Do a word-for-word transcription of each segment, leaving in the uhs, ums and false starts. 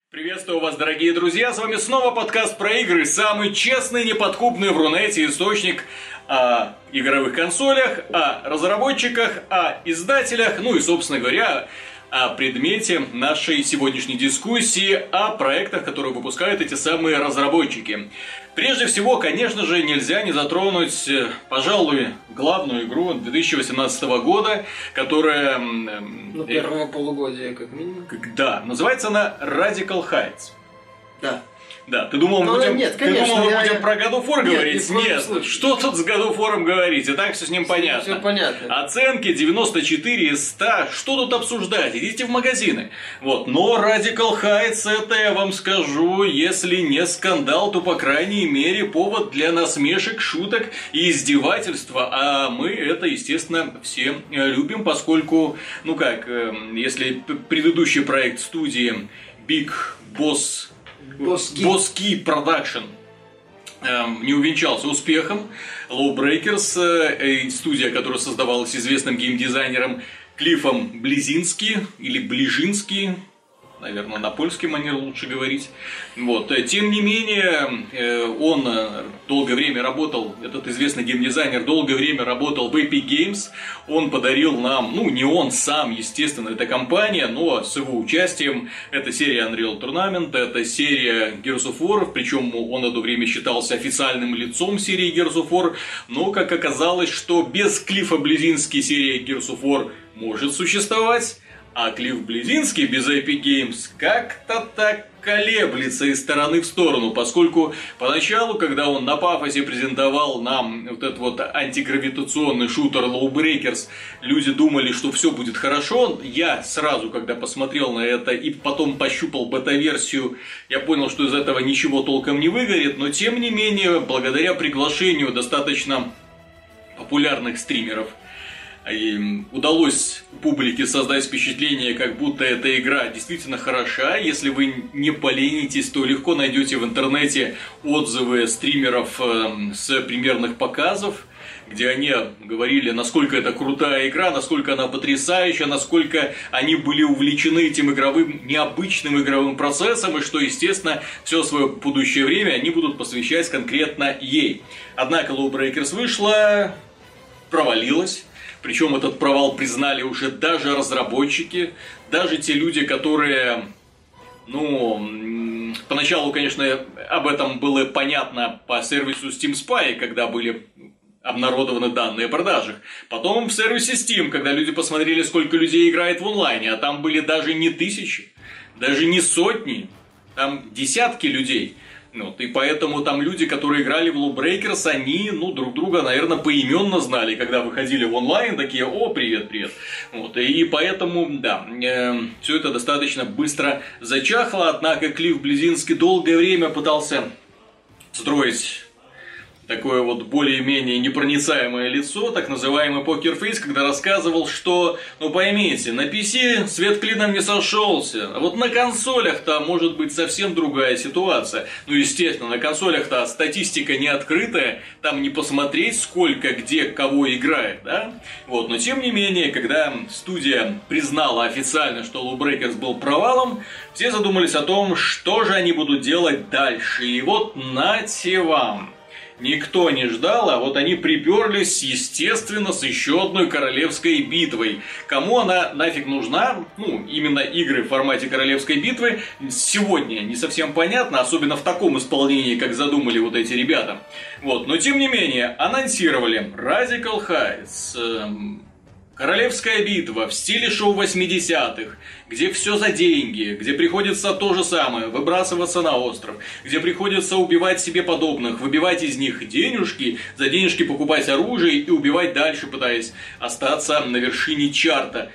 Приветствую вас, дорогие друзья, с вами снова подкаст про игры, самый честный, неподкупный в Рунете источник о игровых консолях, о разработчиках, о издателях, ну и, собственно говоря, о предмете нашей сегодняшней дискуссии, о проектах, которые выпускают эти самые разработчики. Прежде всего, конечно же, нельзя не затронуть, пожалуй, главную игру две тысячи восемнадцатого года, которая... Ну, первого полугодия, как минимум. Да, называется она Radical Heights. Да. Да, ты думал, мы ну, будем, нет, ты конечно, думал, мы я, будем я... про God of War нет, говорить? Нет, нет. Что тут с God of War говорить? И так все с ним все, понятно. Все понятно. Оценки девяносто четыре из ста. Что тут обсуждать? Идите в магазины. Вот. Но Radical Heights, это я вам скажу, если не скандал, то по крайней мере повод для насмешек, шуток и издевательства. А мы это, естественно, все любим, поскольку, ну как, если предыдущий проект студии Big Boss... Boss Key Production эм, не увенчался успехом. Lawbreakers, э, студия, которая создавалась известным геймдизайнером Клиффом Близински или Ближински, наверное, на польский манер лучше говорить. Вот. Тем не менее, он долгое время работал, этот известный геймдизайнер долгое время работал в Epic Games. Он подарил нам, ну не он сам, естественно, это компания, но с его участием. Это серия Unreal Tournament, это серия Gears of War, причем он одно время считался официальным лицом серии Gears of War. Но как оказалось, что без Клиффа Близински серия Gears of War может существовать. А Клифф Близински без Epic Games как-то так колеблется из стороны в сторону, поскольку поначалу, когда он на пафосе презентовал нам вот этот вот антигравитационный шутер Lawbreakers, люди думали, что все будет хорошо. Я сразу, когда посмотрел на это и потом пощупал бета-версию, я понял, что из этого ничего толком не выгорит, но тем не менее, благодаря приглашению достаточно популярных стримеров, и удалось публике создать впечатление, как будто эта игра действительно хороша. Если вы не поленитесь, то легко найдете в интернете отзывы стримеров с премьерных показов, где они говорили, насколько это крутая игра, насколько она потрясающая, насколько они были увлечены этим игровым, необычным игровым процессом, и что, естественно, все свое будущее время они будут посвящать конкретно ей. Однако Lawbreakers вышла, провалилась. Причем этот провал признали уже даже разработчики, даже те люди, которые, ну, поначалу, конечно, об этом было понятно по сервису Steam Spy, когда были обнародованы данные о продажах. Потом в сервисе Steam, когда люди посмотрели, сколько людей играет в онлайне, а там были даже не тысячи, даже не сотни, там десятки людей. Вот, и поэтому там люди, которые играли в Lawbreakers, они, ну, друг друга, наверное, поименно знали, когда выходили в онлайн, такие: о, привет, привет. Вот, и поэтому, да, э, все это достаточно быстро зачахло, однако Клифф Близински долгое время пытался строить такое вот более-менее непроницаемое лицо, так называемый покерфейс, когда рассказывал, что, ну поймите, на пи си свет клином не сошелся, а вот на консолях-то может быть совсем другая ситуация. Ну, естественно, на консолях-то статистика не открытая, там не посмотреть, сколько, где, кого играет, да? Вот, но тем не менее, когда студия признала официально, что Lawbreakers был провалом, все задумались о том, что же они будут делать дальше. И вот нате вам. Никто не ждал, а вот они приперлись, естественно, с еще одной королевской битвой. Кому она нафиг нужна? Ну, именно игры в формате королевской битвы сегодня не совсем понятно, особенно в таком исполнении, как задумали вот эти ребята. Вот, но тем не менее, анонсировали Radical Heights, эм, королевская битва в стиле шоу восьмидесятых, где все за деньги, где приходится то же самое, выбрасываться на остров, где приходится убивать себе подобных, выбивать из них денежки, за денежки покупать оружие и убивать дальше, пытаясь остаться на вершине чарта.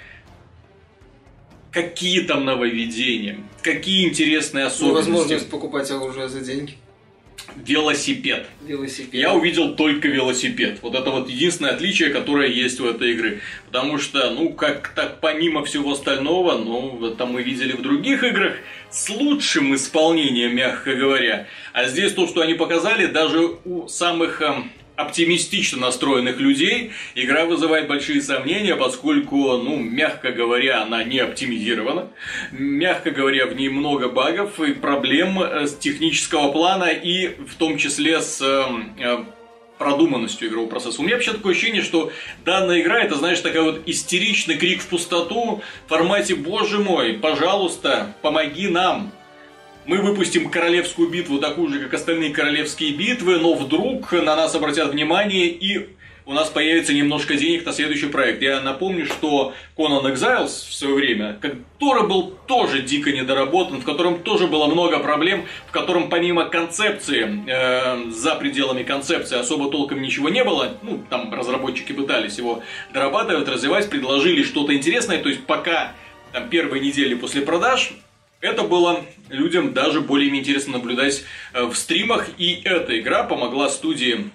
Какие там нововведения, какие интересные особенности. Возможность покупать оружие за деньги. Велосипед. Велосипед. Я увидел только велосипед. Вот это вот единственное отличие, которое есть у этой игры. Потому что, ну, как так помимо всего остального, ну, это мы видели в других играх с лучшим исполнением, мягко говоря. А здесь то, что они показали, даже у самых э, оптимистично настроенных людей игра вызывает большие сомнения, поскольку, ну, мягко говоря, она не оптимизирована. Мягко говоря, в ней много багов и проблем с технического плана, и в том числе с э, продуманностью игрового процесса. У меня вообще такое ощущение, что данная игра, это, знаешь, такой вот истеричный крик в пустоту в формате «Боже мой, пожалуйста, помоги нам». Мы выпустим королевскую битву такую же, как остальные королевские битвы, но вдруг на нас обратят внимание, и у нас появится немножко денег на следующий проект. Я напомню, что Conan Exiles в свое время, который был тоже дико недоработан, в котором тоже было много проблем, в котором помимо концепции, э, за пределами концепции особо толком ничего не было, ну, там разработчики пытались его дорабатывать, развивать, предложили что-то интересное, то есть пока там первые недели после продаж, это было людям даже более интересно наблюдать в стримах, и эта игра помогла студии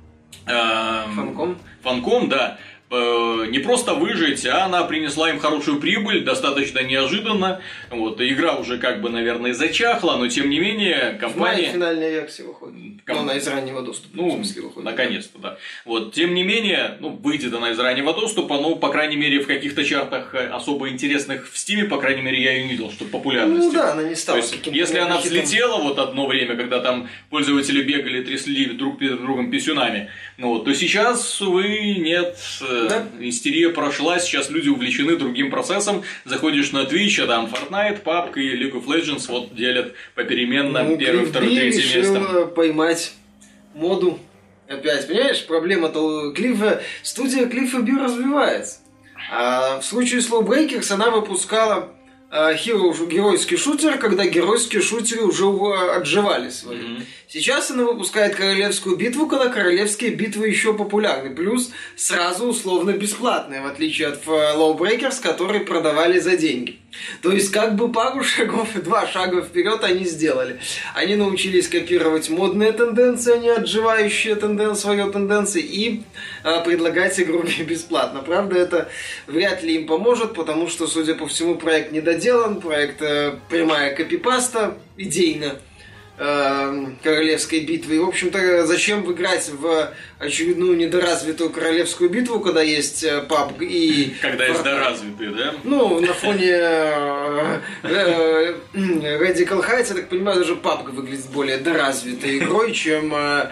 Funcom. Funcom, да, не просто выжить, а она принесла им хорошую прибыль, достаточно неожиданно. Вот, игра уже как бы, наверное, зачахла, но тем не менее компания... В мае финальная версия выходит. Ком... Но она из раннего доступа, ну, в смысле, выходит. Наконец-то, да. Вот, тем не менее, ну, выйдет она из раннего доступа, но, по крайней мере, в каких-то чартах особо интересных в Стиме, по крайней мере, я ее не видел, что популярности. Ну да, она не стала. То есть, если она взлетела вот одно время, когда там пользователи бегали, трясли друг перед другом писюнами, ну, вот, то сейчас, увы, нет... Да. Истерия прошла, сейчас люди увлечены другим процессом. Заходишь на Twitch, а там Fortnite, пабг и League of Legends вот делят попеременно ну, первое, второе, третье место. Решил поймать моду. Опять, понимаешь, проблема-то Клиффа, студия Клиффа Би развивается. А в случае с Lawbreakers она выпускала Hero, геройский шутер, когда геройские шутеры уже отживали свои. Mm-hmm. Сейчас она выпускает королевскую битву, когда королевские битвы еще популярны. Плюс сразу условно бесплатные, в отличие от Lawbreakers, которые продавали за деньги. То есть как бы пару шагов, два шага вперед они сделали. Они научились копировать модные тенденции, а не отживающие тенденции, свои тенденции, и а, предлагать игру бесплатно. Правда, это вряд ли им поможет, потому что, судя по всему, проект недоделан, проект э, прямая копипаста, идейно, э, королевской битвы. И, в общем-то, зачем играть в очередную недоразвитую королевскую битву, когда есть пабг и... Когда есть доразвитые, да? Ну, на фоне Radical Heights, я так понимаю, даже пабг выглядит более доразвитой игрой, чем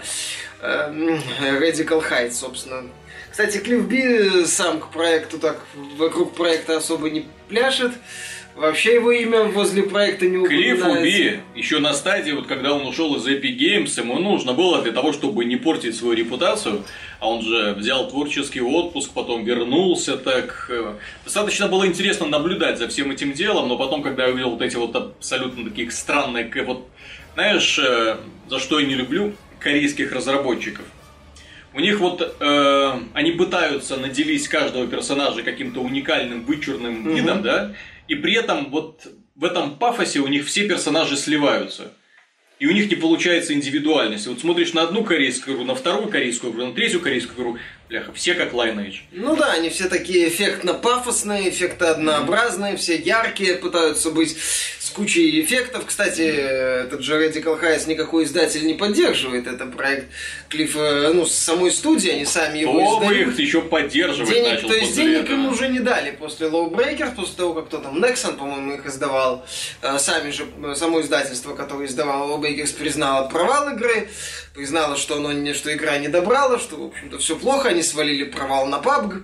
Radical Heights, собственно. Кстати, Cliff Би сам к проекту так, вокруг проекта особо не пляшет. Вообще его имя возле проекта не упоминается. Клиффу Би еще на стадии, вот когда он ушел из Epic Games, ему нужно было для того, чтобы не портить свою репутацию, а он же взял творческий отпуск, потом вернулся, так... Достаточно было интересно наблюдать за всем этим делом, но потом, когда я увидел вот эти вот абсолютно таких странных... Вот, знаешь, за что я не люблю корейских разработчиков? У них вот э, они пытаются наделить каждого персонажа каким-то уникальным, вычурным mm-hmm. видом, да? И при этом вот в этом пафосе у них все персонажи сливаются. И у них не получается индивидуальность. Вот смотришь на одну корейскую игру, на вторую корейскую игру, на третью корейскую игру, бляха, все как Lineage. Ну да, они все такие эффектно-пафосные, эффектно-однообразные, все яркие, пытаются быть с кучей эффектов. Кстати, этот же Radical Heights никакой издатель не поддерживает. Это проект Клиффа, ну, с самой студии, они сами его Кто издают. Кто бы их еще поддерживать денег, начал то есть после денег этого? им уже не дали после Lawbreakers, после того, как кто там, Nexon, по-моему, их издавал. Сами же, само издательство, которое издавало Lawbreakers, признало провал игры, признало, что, оно, что игра не добрала, что, в общем-то, все плохо, они свалили провал на пабг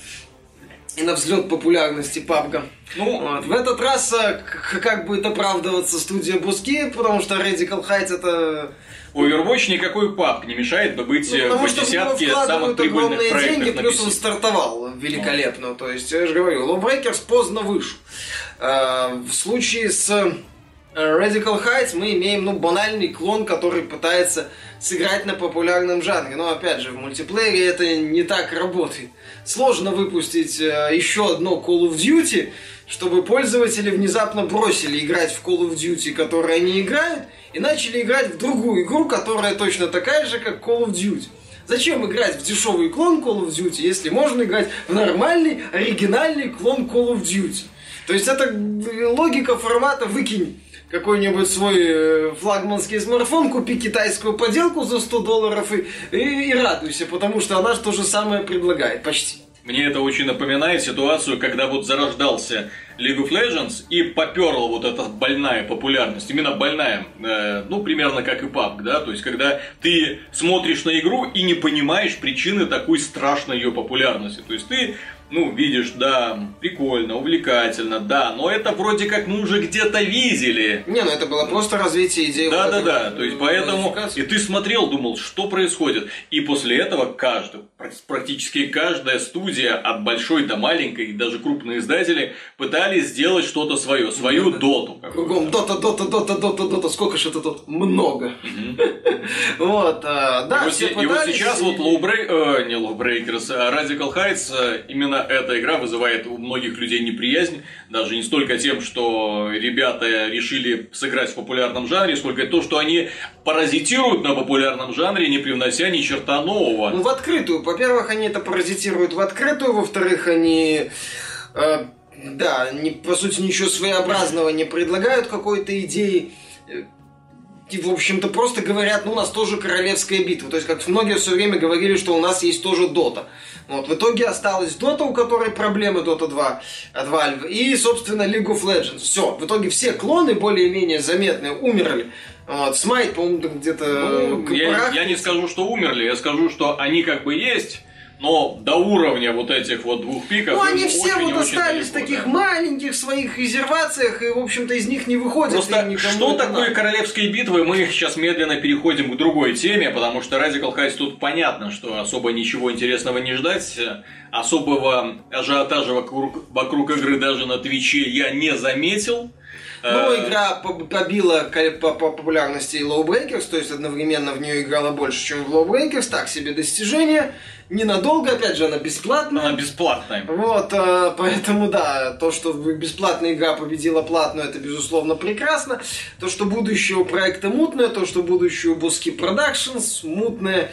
и на взлет популярности пабга. Ну, вот. В этот раз как будет оправдываться студия Буски, потому что Radical Heights это... Overwatch никакой пабг не мешает бы быть ну, в десятке самых прибыльных проектов деньги, на плюс он стартовал великолепно. Ну. То есть, я же говорю, Lawbreakers поздно вышел. В случае с Radical Heights мы имеем ну, банальный клон, который пытается сыграть на популярном жанре. Но опять же, в мультиплеере это не так работает. Сложно выпустить еще одно Call of Duty, чтобы пользователи внезапно бросили играть в Call of Duty, которые они играют, и начали играть в другую игру, которая точно такая же, как Call of Duty. Зачем играть в дешевый клон Call of Duty, если можно играть в нормальный, оригинальный клон Call of Duty? То есть это логика формата «выкинь какой-нибудь свой флагманский смартфон, купи китайскую поделку за сто долларов и, и, и радуйся, потому что она же то же самое предлагает, почти. Мне это очень напоминает ситуацию, когда вот зарождался League of Legends и поперла вот эта больная популярность. Именно больная, э, ну, примерно как и пабг, да? То есть, когда ты смотришь на игру и не понимаешь причины такой страшной ее популярности. То есть, ты, ну, видишь, да, прикольно, увлекательно, да, но это вроде как мы уже где-то видели. Не, ну это было просто развитие идеи. Да-да-да, то есть, поэтому и ты смотрел, думал, что происходит. И после этого каждый, практически каждая студия, от большой до маленькой, и даже крупные издатели, пытались сделать что-то свое, свою да, доту. Кругом дота, дота, дота, дота, дота, сколько же это тут? Много. Вот, да, все пытались. И вот сейчас вот Lawbreakers, не Lawbreakers, а Radical Heights, именно эта игра вызывает у многих людей неприязнь, даже не столько тем, что ребята решили сыграть в популярном жанре, сколько то, что они паразитируют на популярном жанре, не привнося ни черта нового. Ну, в открытую. Во-первых, они это паразитируют в открытую, во-вторых, они... Э, да, не, по сути, ничего своеобразного не предлагают какой-то идеи. И, в общем-то, просто говорят, ну, у нас тоже королевская битва. То есть, как многие все время говорили, что у нас есть тоже дота. Вот, в итоге осталась дота, у которой проблемы дота два от Valve, и, собственно, League of Legends. Все, в итоге все клоны более-менее заметные умерли. Вот, Smite, по-моему, где-то... Ну, я, я не скажу, что умерли, я скажу, что они как бы есть... Но до уровня вот этих вот двух пиков... Ну, они все вот остались в таких да. маленьких своих резервациях, и, в общем-то, из них не выходят. Просто что такое надо. Королевские битвы, мы сейчас медленно переходим к другой теме, потому что Radical Heights тут понятно, что особо ничего интересного не ждать. Особого ажиотажа вокруг, вокруг игры даже на Твиче я не заметил. Ну, игра побила по популярности Lawbreakers, то есть одновременно в нее играла больше, чем в Lawbreakers. Так себе достижение. Ненадолго, опять же, она бесплатная. Она бесплатная. Вот, поэтому, да, то, что бесплатная игра победила платную, это, безусловно, прекрасно. То, что будущее у проекта мутное, то, что будущее у Boski Productions мутное.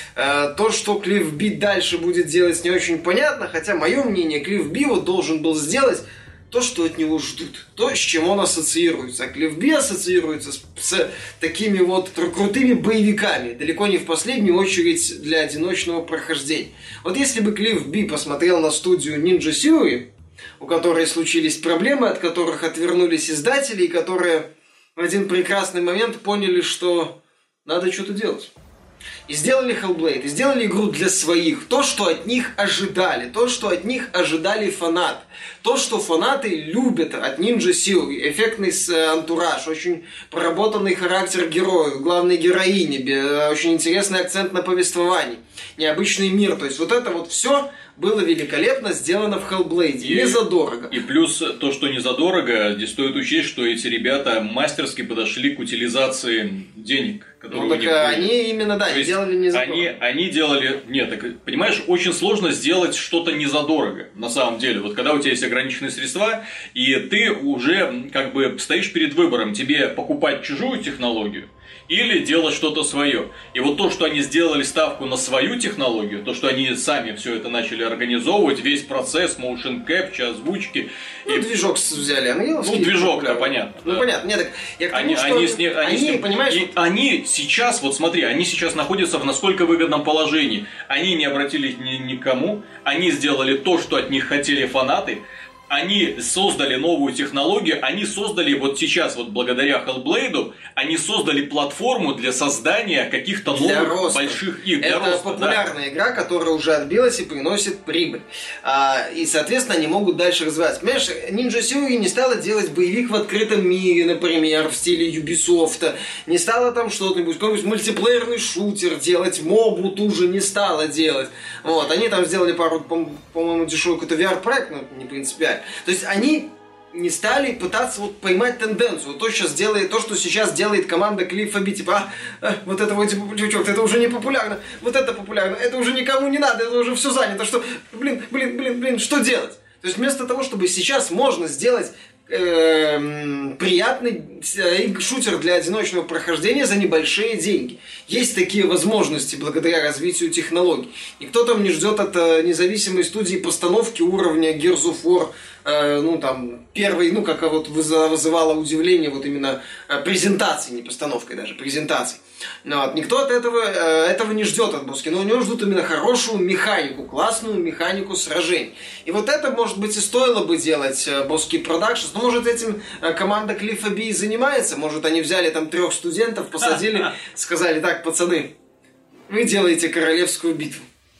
То, что Cliff B дальше будет делать, не очень понятно. Хотя, мое мнение, Cliff B вот должен был сделать то, что от него ждут, то, с чем он ассоциируется. А Cliff B ассоциируется с, с такими вот крутыми боевиками, далеко не в последнюю очередь для одиночного прохождения. Вот если бы Cliff B посмотрел на студию Ninja Theory, у которой случились проблемы, от которых отвернулись издатели, и которые в один прекрасный момент поняли, что надо что-то делать. И сделали Hellblade, и сделали игру для своих. То, что от них ожидали. То, что от них ожидали фанаты. То, что фанаты любят от Ninja Theory. Эффектный антураж, очень проработанный характер героев, главной героини, очень интересный акцент на повествовании, необычный мир. То есть вот это вот все было великолепно сделано в Hellblade. И, не задорого. И плюс то, что не задорого, здесь стоит учесть, что эти ребята мастерски подошли к утилизации денег. Ну так они именно, да, делали не задорого. Они, они делали... Нет, так, понимаешь, очень сложно сделать что-то не задорого, на самом деле. Вот когда у тебя есть ограниченные средства, и ты уже как бы стоишь перед выбором, тебе покупать чужую технологию или делать что-то свое. И вот то, что они сделали ставку на свою технологию, то, что они сами все это начали организовывать, весь процесс, motion capture, озвучки. Ну, и... движок взяли, Ну, движок-то понятно. Ну, да. понятно. Нет, так я к тому, они, что они, сни... они, они сни... понимаешь... И вот... они сейчас, вот смотри, они сейчас находятся в насколько выгодном положении. Они не обратились ни, никому, они сделали то, что от них хотели фанаты. Они создали новую технологию, они создали вот сейчас, вот благодаря Hellblade, они создали платформу для создания каких-то новых роста. больших игр. Это роста, популярная да. игра, которая уже отбилась и приносит прибыль. А, и, соответственно, они могут дальше развиваться. Понимаешь, Ninja Theory не стала делать боевик в открытом мире, например, в стиле Ubisoft. Не стала там что-нибудь, какой-нибудь мультиплеерный шутер делать, мобу ту же не стала делать. Вот, они там сделали пару, по-моему, дешевый какой-то ви ар-проект, но не принципиально. То есть они не стали пытаться вот поймать тенденцию. То, сейчас делает, то, что сейчас делает команда Cliff B. Типа, а, а, вот это вот, типа, чувак, это уже не популярно, вот это популярно, это уже никому не надо, это уже все занято. Что, блин, блин, блин, блин, что делать? То есть вместо того, чтобы сейчас можно сделать э, приятный э, шутер для одиночного прохождения за небольшие деньги. Есть такие возможности благодаря развитию технологий. Никто там не ждет от э, независимой студии постановки уровня Gears of War э, ну, там, первой, ну, как вот вызывало удивление вот именно презентации, не постановкой даже, презентации. Но вот, никто от этого, э, этого не ждет от Боски, но у него ждут именно хорошую механику, классную механику сражений. И вот это, может быть, и стоило бы делать Боски Productions, но, может, этим команда Клиффа Би занимается, может, они взяли там трех студентов, посадили, сказали: так, пацаны, вы делаете королевскую битву,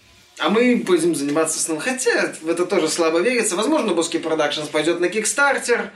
а мы будем заниматься сном. Хотя в это тоже слабо верится. Возможно, Боски Productions пойдет на Kickstarter,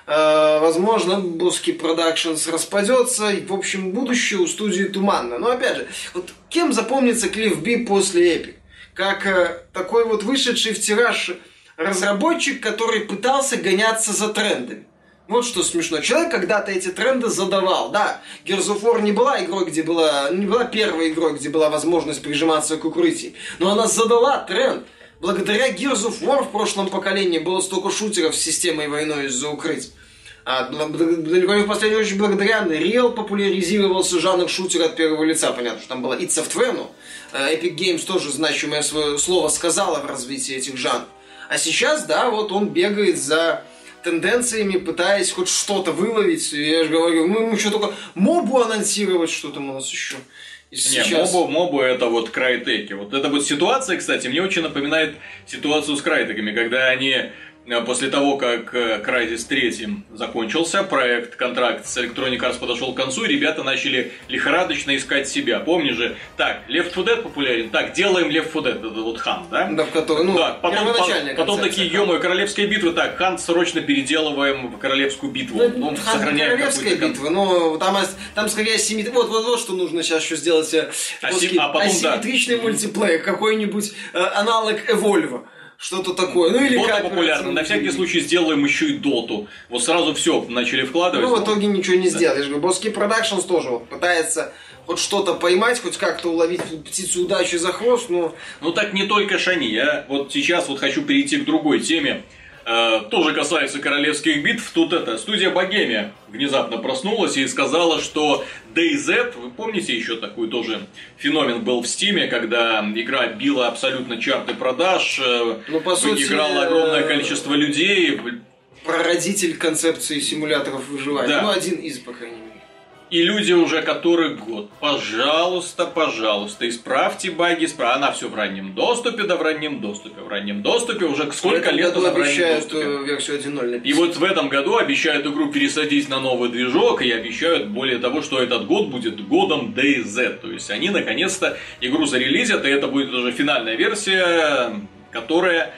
возможно, Боски Productions распадется, и, в общем, будущее у студии туманно. Но, опять же, вот кем запомнится Клифф Би после Epic? Как э, такой вот вышедший в тираж разработчик, который пытался гоняться за трендами. Вот что смешно. Человек когда-то эти тренды задавал. Да, Gears of War не была игрой, где была, не была первой игрой, где была возможность прижиматься к укрытию, но она задала тренд. Благодаря Gears of War в прошлом поколении было столько шутеров с системой войной из-за укрытий. А далеко не в последнюю очередь благодаря Unreal популяризировался жанр шутера от первого лица. Понятно, что там была id Software, но Epic Games тоже значимое свое слово сказала в развитии этих жанров. А сейчас, да, вот он бегает за тенденциями, пытаясь хоть что-то выловить. Я же говорю, ну ему что только мобу анонсировать, что там у нас еще. И сейчас... Не, мобу, мобу это вот крайтеки. Вот эта вот ситуация, кстати, мне очень напоминает ситуацию с крайтеками, когда они после того, как Crysis три закончился, проект, контракт с Electronic Arts подошел к концу, и ребята начали лихорадочно искать себя. Помни же, так, Left four Dead популярен, так, делаем Left four Dead, это вот Hunt, да? Да, в который, ну, да, потом, по, потом такие, ё-моё, королевская битва, так, Hunt срочно переделываем в королевскую битву. Ну, ну, сохраняем королевская битва, но там, там скорее асимметричный, вот, вот, вот что нужно сейчас еще сделать, Асим... а потом, асимметричный да. мультиплеер, какой-нибудь э, аналог Evolve. Что-то такое. Ну, или Дота популярна. На всякий случай сделаем еще и доту. Вот сразу все начали вкладывать. Ну, в итоге ничего не сделаешь. Да. Боски Productions тоже вот пытается хоть что-то поймать, хоть как-то уловить птицу удачи за хвост, но... Ну, так не только шани. Я вот сейчас вот хочу перейти к другой теме. Э, тоже касается королевских битв. Тут это, студия Богемия внезапно проснулась и сказала, что DayZ, вы помните, еще такой тоже феномен был в Стиме, когда игра била абсолютно чарты продаж, ну, по сути, играло огромное количество людей. Прародитель концепции симуляторов выживания. Да. Ну, один из, по крайней мере. И люди уже который год, пожалуйста, пожалуйста, исправьте баги, исправ... она все в раннем доступе, да в раннем доступе, в раннем доступе, уже сколько лет она в раннем доступе. Версию один ноль написано. И вот в этом году обещают игру пересадить на новый движок, и обещают более того, что этот год будет годом DayZ, то есть они наконец-то игру зарелизят, и это будет уже финальная версия, которая...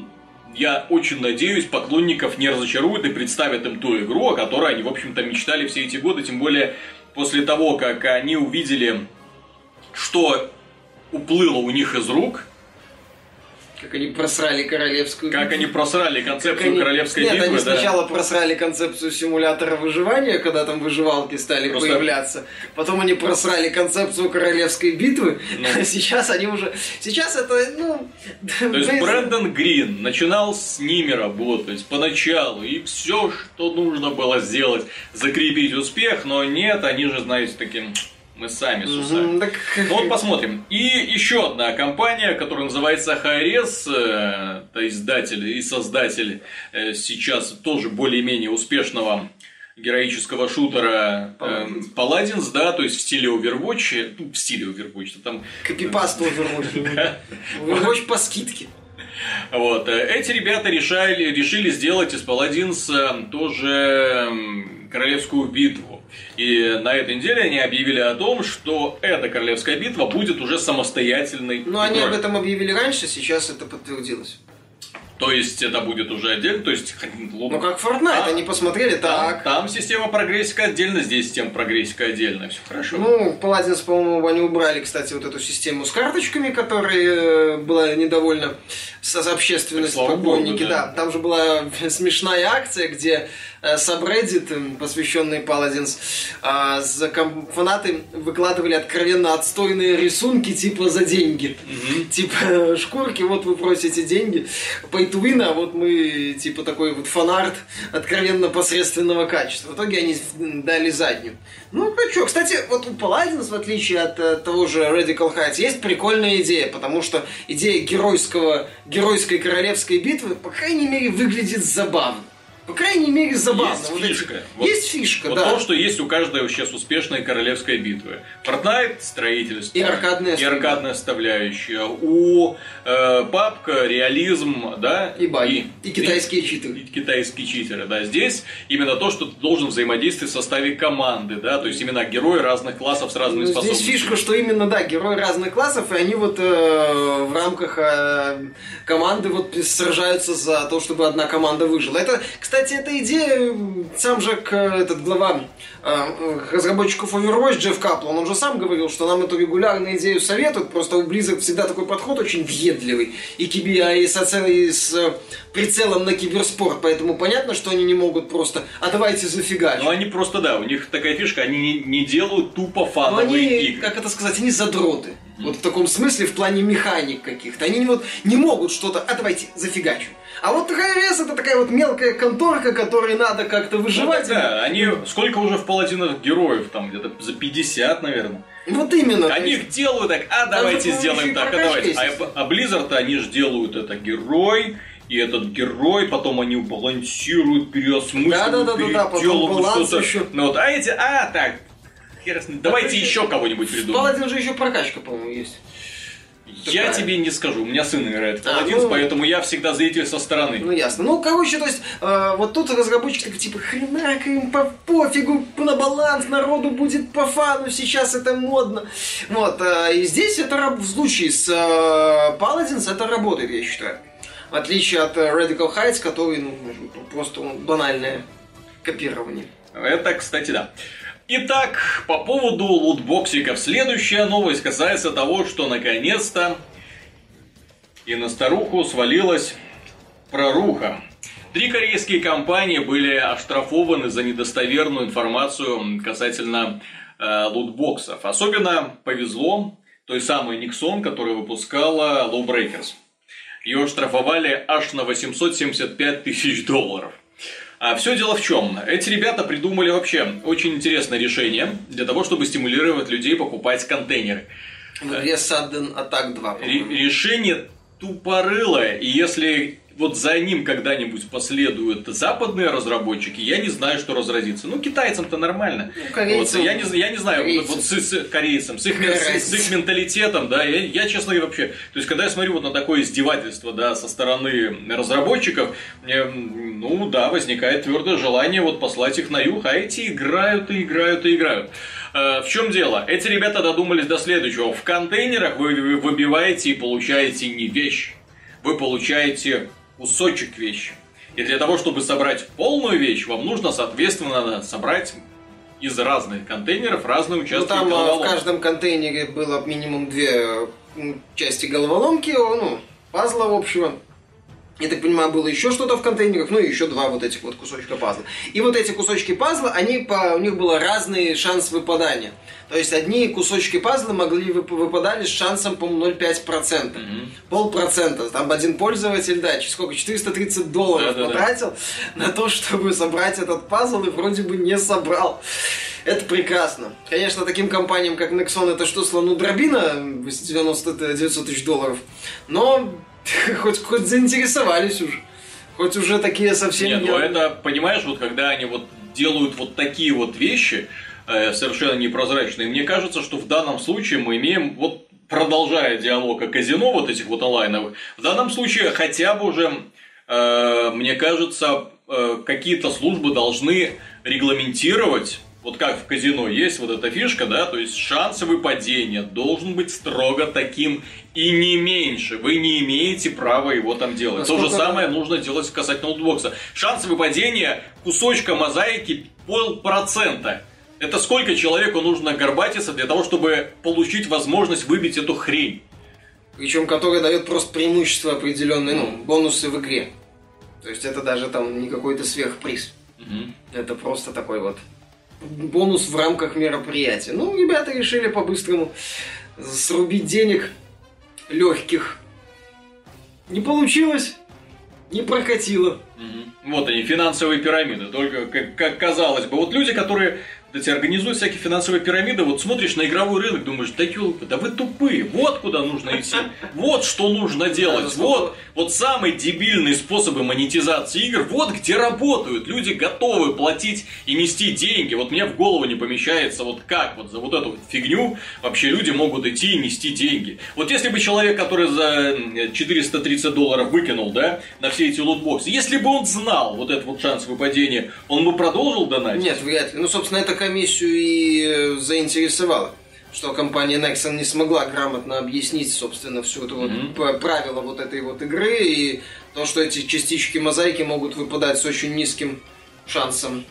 Я очень надеюсь, поклонников не разочарует и представят им ту игру, о которой они, в общем-то, мечтали все эти годы. Тем более, после того, как они увидели, что уплыло у них из рук. Как они просрали королевскую Как битву. они просрали концепцию они... королевской Нет, битвы. Нет, они да. сначала просрали концепцию симулятора выживания, когда там выживалки стали Просто... появляться. Потом они просрали концепцию королевской битвы. Ну. А сейчас они уже... Сейчас это, ну... То есть Брэндон Грин начинал с ними работать поначалу. И все, что нужно было сделать, закрепить успех. Но нет, они же, знаете, таким... Мы сами с усами. Так... Ну вот посмотрим. И еще одна компания, которая называется Hi-Rez, это издатель и создатель сейчас тоже более-менее успешного героического шутера Paladins. Paladins, да, то есть в стиле Overwatch, ну, в стиле Overwatch, там... Копипаст Overwatch. Overwatch по скидке. Вот. Эти ребята решали, решили сделать из Paladins тоже королевскую битву. И на этой неделе они объявили о том, что эта королевская битва будет уже самостоятельной. Ну, они об этом объявили раньше, сейчас это подтвердилось. То есть это будет уже отдельно, то есть... Ну, как Fortnite, а, они посмотрели, так... Там, там система прогрессика отдельно, здесь система прогрессика отдельно, все хорошо. Ну, Paladins, по-моему, они убрали, кстати, вот эту систему с карточками, которая была недовольна с общественностью, поклонники, да. да. Там же была смешная акция, где сабреддит, посвященный Paladins. Фанаты выкладывали откровенно отстойные рисунки типа за деньги. Mm-hmm. Типа шкурки, вот вы просите деньги. Pay to win, а вот мы типа такой вот фанарт откровенно посредственного качества. В итоге они дали заднюю. Ну, ну что, кстати, вот у Paladins, в отличие от, от того же Radical Heights, есть прикольная идея, потому что идея геройского, геройской королевской битвы, по крайней мере, выглядит забавно. По крайней мере, забавно. Есть вот фишка. Эти... Вот, есть фишка, вот да. то, что есть у каждой сейчас успешной королевской битвы. Fortnite – строительство. И аркадная, и аркадная составляющая. У э, папка – реализм, да. И баги. И, и китайские и, читеры. И китайские читеры, да. Здесь именно то, что ты должен взаимодействовать в составе команды, да. То есть, именно герои разных классов с разными ну, способностями. Здесь фишка, что именно, да, герои разных классов, и они вот э, в рамках э, команды вот сражаются за то, чтобы одна команда выжила. Это, кстати, эта идея сам же этот глава э, разработчиков Overwatch Джефф Каплан, он же сам говорил, что нам эту регулярную идею советуют, просто у Blizzard всегда такой подход очень въедливый и, кибер, и, с, и с прицелом на киберспорт, поэтому понятно, что они не могут просто, а давайте зафигачим. Ну они просто, да, у них такая фишка, они не, не делают тупо фановые они, игры. Как это сказать, они задроты. Mm-hmm. Вот в таком смысле, в плане механик каких-то. Они вот не могут что-то, а давайте зафигачим. А вот ХРС это такая вот мелкая конторка, которой надо как-то выживать. Ну, да, они сколько уже в Паладинах героев, там где-то за пятьдесят, наверное. Вот именно. Они их делают так, а давайте сделаем так, а давайте. А, а Blizzard, они же делают это герой, и этот герой, потом они балансируют, переосмысливают, да, да, да, да, переделывают что-то. Еще. Ну вот, а эти, а так, хер, давайте еще, еще кого-нибудь придумаем. Паладин же еще прокачка, по-моему, есть. Я Такая. тебе не скажу, у меня сын играет в а, Paladins, ну, поэтому я всегда зритель со стороны. Ну ясно. Ну, короче, то есть, э, вот тут разработчик такой, типа, хренака им по пофигу, на баланс, народу будет по фану, сейчас это модно. Вот, э, и здесь это в случае с э, Paladins это работает, я считаю. В отличие от Radical Heights, который, ну, просто банальное копирование. Это, кстати, да. Итак, по поводу лутбоксиков. Следующая новость касается того, что наконец-то и на старуху свалилась проруха. Три корейские компании были оштрафованы за недостоверную информацию касательно э, лутбоксов. Особенно повезло той самой Nixon, которая выпускала Lawbreakers. Ее оштрафовали аж на восемьсот семьдесят пять тысяч долларов. А все дело в чем? Эти ребята придумали вообще очень интересное решение для того, чтобы стимулировать людей покупать контейнеры. В игре Sudden Attack два. Ре- решение тупорылое, и если вот за ним когда-нибудь последуют западные разработчики, я не знаю, что разразится. Ну, китайцам-то нормально. Ну, корейцам, вот, я, не, я не знаю, корейцам. вот с, с корейцам, с их, с, с их менталитетом, да, я, я, честно говоря, вообще, то есть, когда я смотрю вот на такое издевательство, да, со стороны разработчиков, мне, ну, да, возникает твердое желание вот послать их на юг, а эти играют и играют и играют. В чем дело? Эти ребята додумались до следующего. В контейнерах вы выбиваете и получаете не вещь, вы получаете кусочек вещи. И для того, чтобы собрать полную вещь, вам нужно, соответственно, собрать из разных контейнеров разные участки головоломки. Ну, там головоломки. в каждом контейнере было минимум две части головоломки, ну, пазла общего. Я так понимаю, было еще что-то в контейнерах, ну и еще два вот этих вот кусочка пазла. И вот эти кусочки пазла, они по, у них был разный шанс выпадания. То есть одни кусочки пазла могли выпадали с шансом, по-моему, ноль целых пять десятых процента. Mm-hmm. Полпроцента. Там один пользователь, да, сколько, четыреста тридцать долларов да, потратил да, да. на то, чтобы собрать этот пазл, и вроде бы не собрал. Это прекрасно. Конечно, таким компаниям, как Nexon, это что, слону дробина, девяносто девятьсот тысяч долларов. Но хоть, хоть заинтересовались уже. Хоть уже такие совсем... Нет, ну это, понимаешь, вот когда они вот делают вот такие вот вещи, э, совершенно непрозрачные, мне кажется, что в данном случае мы имеем, вот продолжая диалог о казино вот этих вот онлайновых, в данном случае хотя бы уже, э, мне кажется, э, какие-то службы должны регламентировать. Вот как в казино есть вот эта фишка, да, то есть шанс выпадения должен быть строго таким и не меньше. Вы не имеете права его там делать. Насколько... То же самое нужно делать касательно ноутбокса. Шанс выпадения кусочка мозаики полпроцента. Это сколько человеку нужно горбатиться для того, чтобы получить возможность выбить эту хрень? Причем которая дает просто преимущество определенные, ну, бонусы в игре. То есть это даже там не какой-то сверхприз. Угу. Это просто такой вот бонус в рамках мероприятия. Ну, ребята решили по-быстрому срубить денег легких. Не получилось, не прокатило. Угу. Вот они, финансовые пирамиды. Только, как, как казалось бы, вот люди, которые эти организуют всякие финансовые пирамиды, вот смотришь на игровой рынок, думаешь, да ёлка, да вы тупые, вот куда нужно идти, вот что нужно делать, вот, вот самые дебильные способы монетизации игр, вот где работают, люди готовы платить и нести деньги, вот мне в голову не помещается, вот как вот за вот эту вот фигню вообще люди могут идти и нести деньги. Вот если бы человек, который за четыреста тридцать долларов выкинул, да, на все эти лутбоксы, если бы он знал вот этот вот шанс выпадения, он бы продолжил донатить? Нет, вряд ли. Ну, собственно, это комиссию и заинтересовало, что компания Nexon не смогла грамотно объяснить, собственно, всю эту mm-hmm. вот правила вот этой вот игры и то, что эти частички мозаики могут выпадать с очень низким шансом.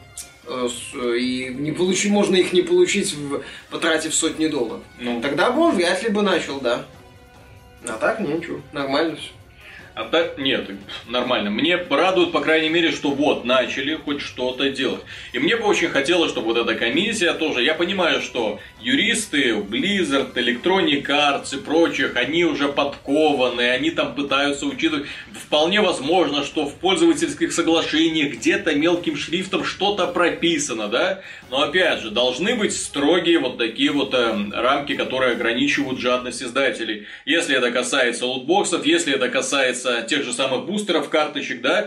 И не получить, можно их не получить, потратив сотни долларов. Ну. Тогда бы он вряд ли бы начал, да. А так ничего, нормально все. А так, нет, нормально. Мне радует, по крайней мере, что вот, начали хоть что-то делать. И мне бы очень хотелось, чтобы вот эта комиссия тоже... Я понимаю, что юристы, Blizzard, Electronic Arts и прочих, они уже подкованы, они там пытаются учитывать. Вполне возможно, что в пользовательских соглашениях где-то мелким шрифтом что-то прописано, да? Но опять же, должны быть строгие вот такие вот э, рамки, которые ограничивают жадность издателей. Если это касается лутбоксов, если это касается тех же самых бустеров, карточек, да,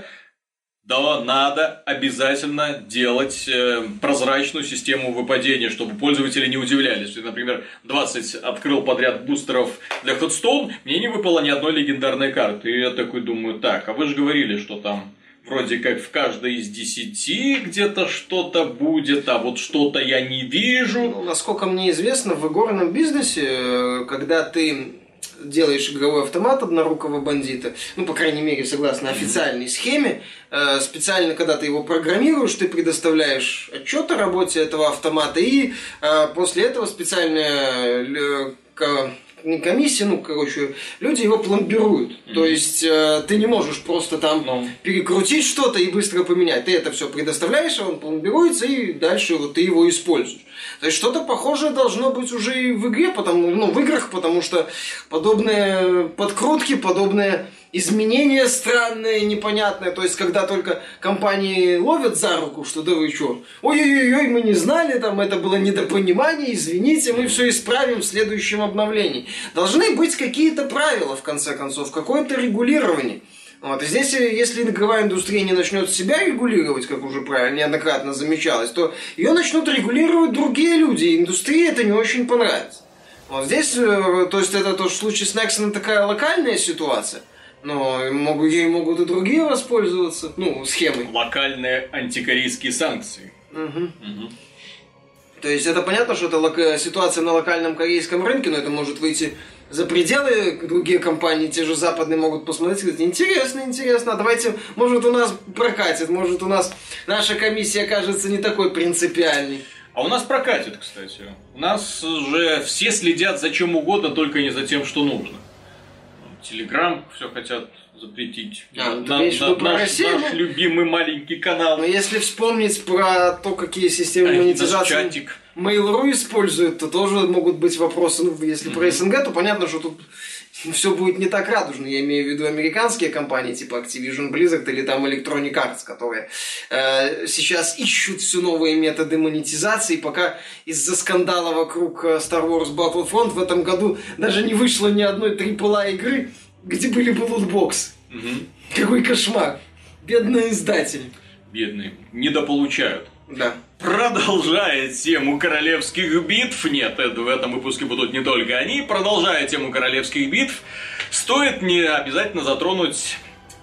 да, надо обязательно делать э, прозрачную систему выпадения, чтобы пользователи не удивлялись. Если, например, двадцать открыл подряд бустеров для Hearthstone, мне не выпало ни одной легендарной карты. И я такой думаю, так, а вы же говорили, что там вроде как в каждой из десяти где-то что-то будет, а вот что-то я не вижу. Ну, насколько мне известно, в игорном бизнесе, когда ты делаешь игровой автомат однорукого бандита, ну, по крайней мере, согласно официальной схеме, э, специально, когда ты его программируешь, ты предоставляешь отчет о работе этого автомата, и э, после этого специальная э, не комиссия, ну, короче, люди его пломбируют. Mm-hmm. То есть, э, ты не можешь просто там no. перекрутить что-то и быстро поменять. Ты это все предоставляешь, а он пломбируется, и дальше вот ты его используешь. То есть, что-то похожее должно быть уже и в игре, потому, ну, в играх, потому что подобные подкрутки, подобные изменения странные, непонятные. То есть, когда только компании ловят за руку, что да вы что, ой-ой-ой, мы не знали, там это было недопонимание, извините, мы все исправим в следующем обновлении. Должны быть какие-то правила, в конце концов, какое-то регулирование. Вот. И здесь, если игровая индустрия не начнет себя регулировать, как уже правильно неоднократно замечалось, то ее начнут регулировать другие люди, и индустрии это не очень понравится. Вот здесь, то есть это тот случай с Nexon, такая локальная ситуация. Но могут, ей могут и другие воспользоваться, ну, схемой. Локальные антикорейские санкции. Угу. Угу. То есть это понятно, что это лока- ситуация на локальном корейском рынке, но это может выйти за пределы, другие компании, те же западные, могут посмотреть и сказать, интересно, интересно, а давайте, может, у нас прокатит, может, у нас наша комиссия окажется не такой принципиальной. А у нас прокатит, кстати. У нас же все следят за чем угодно, только не за тем, что нужно. Телеграм все хотят запретить. А, на, на, на, наш, Россию, наш любимый маленький канал. Но если вспомнить про то, какие системы а, монетизации Mail.ru используют, то тоже могут быть вопросы. Ну, если mm-hmm. про СНГ, то понятно, что тут все будет не так радужно. Я имею в виду американские компании, типа Activision Blizzard или там Electronic Arts, которые э, сейчас ищут все новые методы монетизации, пока из-за скандала вокруг Star Wars Battlefront в этом году даже не вышло ни одной трипл эй игры, где были бы лутбоксы. Угу. Какой кошмар. Бедные издатели. Бедные. Недополучают. Да. Продолжая тему королевских битв, нет, это, в этом выпуске будут не только они, продолжая тему королевских битв, стоит не обязательно затронуть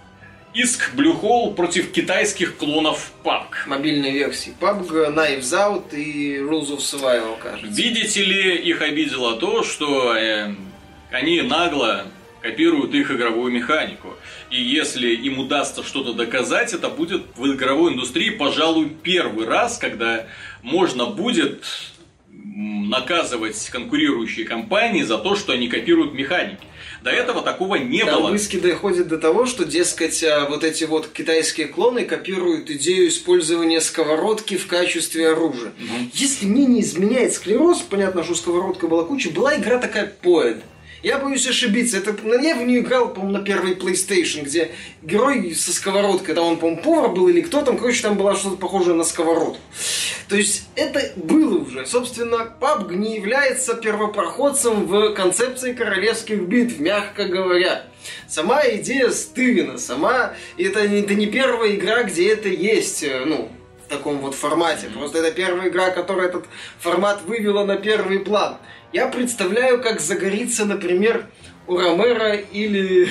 иск Blue Hole против китайских клонов пабг. Мобильной версии пабг, Knives Out и Rules of Survival, кажется. Видите ли, их обидело то, что э, они нагло копируют их игровую механику. И если им удастся что-то доказать, это будет в игровой индустрии, пожалуй, первый раз, когда можно будет наказывать конкурирующие компании за то, что они копируют механики. До этого такого не да, было. Выски доходит до того, что, дескать, вот эти вот китайские клоны копируют идею использования сковородки в качестве оружия. Угу. Если мне не изменяет склероз, понятно, что сковородка была куча, была игра такая Poed. Я боюсь ошибиться. Это, я в нее играл, по-моему, на первой PlayStation, где герой со сковородкой, там он, по-моему, повар был или кто там, короче, там было что-то похожее на сковородку. То есть это было уже. Собственно, пабг не является первопроходцем в концепции королевских битв, мягко говоря. Сама идея стырена, сама... Это, это не первая игра, где это есть, ну... в таком вот формате. Просто это первая игра, которая этот формат вывела на первый план. Я представляю, как загорится, например, у Ромеро или